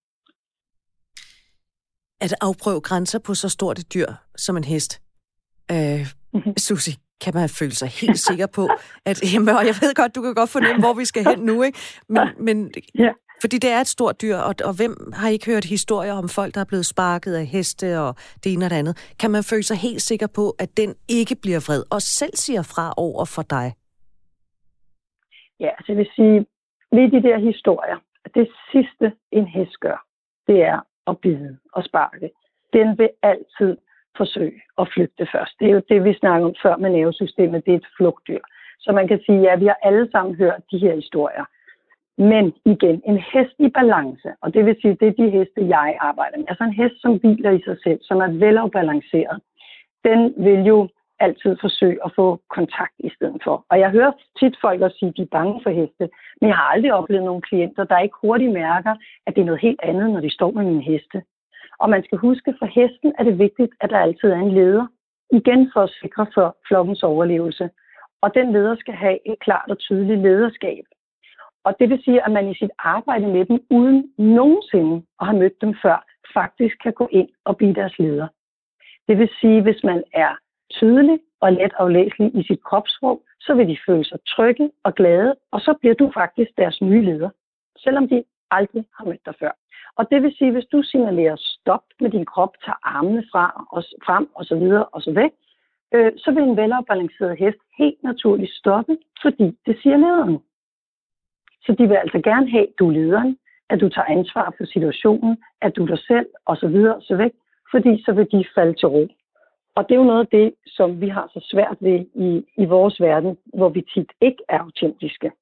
At afprøve grænser på så stort et dyr som en hest, øh, Susie, kan man føle sig helt sikker på, at, jamen, og jeg ved godt, du kan godt fornemme, hvor vi skal hen nu, ikke? Men, men ja. Fordi det er et stort dyr, og, og hvem har ikke hørt historier om folk, der er blevet sparket af heste og det ene og det andet? Kan man føle sig helt sikker på, at den ikke bliver vred, og selv siger fra over for dig? Ja, altså jeg vil sige, ved de der historier, at det sidste, en hest gør, det er at bide og sparke. Den vil altid forsøge at flygte først. Det er jo det, vi snakker om før med nervesystemet, det er et flugtdyr. Så man kan sige, ja, vi har alle sammen hørt de her historier. Men igen, en hest i balance, og det vil sige, det er de heste, jeg arbejder med. Altså en hest, som hviler i sig selv, som er velafbalanceret, den vil jo altid forsøge at få kontakt i stedet for. Og jeg hører tit folk også sige, at de er bange for heste, men jeg har aldrig oplevet nogle klienter, der ikke hurtigt mærker, at det er noget helt andet, når de står med mine heste. Og man skal huske, for hesten er det vigtigt, at der altid er en leder, igen for at sikre for flokkens overlevelse. Og den leder skal have et klart og tydeligt lederskab. Og det vil sige, at man i sit arbejde med dem, uden nogensinde at have mødt dem før, faktisk kan gå ind og blive deres leder. Det vil sige, hvis man er tydelig og let aflæselig i sit kropssprog, så vil de føle sig trygge og glade, og så bliver du faktisk deres nye leder, selvom de aldrig har mødt dig før. Og det vil sige, hvis du signalerer stop med din krop, tager armene fra og frem og så videre og så væk, øh, så vil en velafbalanceret hest helt naturligt stoppe, fordi det siger lederen. Så de vil altså gerne have, at du er lederen, at du tager ansvar for situationen, at du er dig selv og så videre og så væk, fordi så vil de falde til ro. Og det er jo noget af det, som vi har så svært ved i, i vores verden, hvor vi tit ikke er autentiske.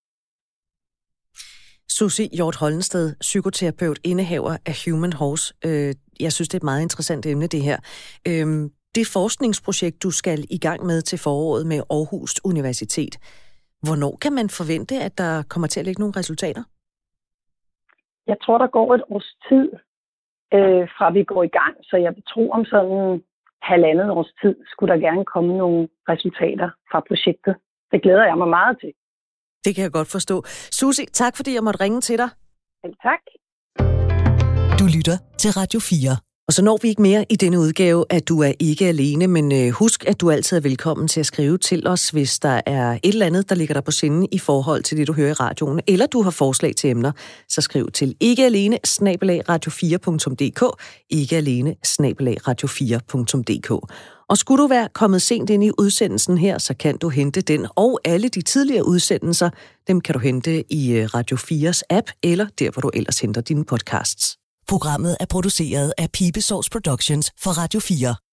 Susie Hjort Hollensted, psykoterapeut, indehaver af Human Horse. Jeg synes, det er et meget interessant emne, det her. Det forskningsprojekt, du skal i gang med til foråret med Aarhus Universitet. Hvornår kan man forvente, at der kommer til at ligge nogle resultater? Jeg tror, der går et års tid, øh, fra vi går i gang. Så jeg tror, om sådan halvandet års tid skulle der gerne komme nogle resultater fra projektet. Det glæder jeg mig meget til. Det kan jeg godt forstå. Susie, tak fordi jeg måtte ringe til dig. Selv tak. Du lytter til Radio fire. Og så når vi ikke mere i denne udgave, at du er ikke alene, men husk, at du altid er velkommen til at skrive til os, hvis der er et eller andet, der ligger dig på sinde i forhold til det, du hører i radioen, eller du har forslag til emner, så skriv til ikkealene snabel-a radio fire punktum d k, ikkealene snabel-a radio fire punktum d k. Og skulle du være kommet sent ind i udsendelsen her, så kan du hente den og alle de tidligere udsendelser, dem kan du hente i Radio fires app, eller der, hvor du ellers henter dine podcasts. Programmet er produceret af Pibesovs Productions for Radio fire.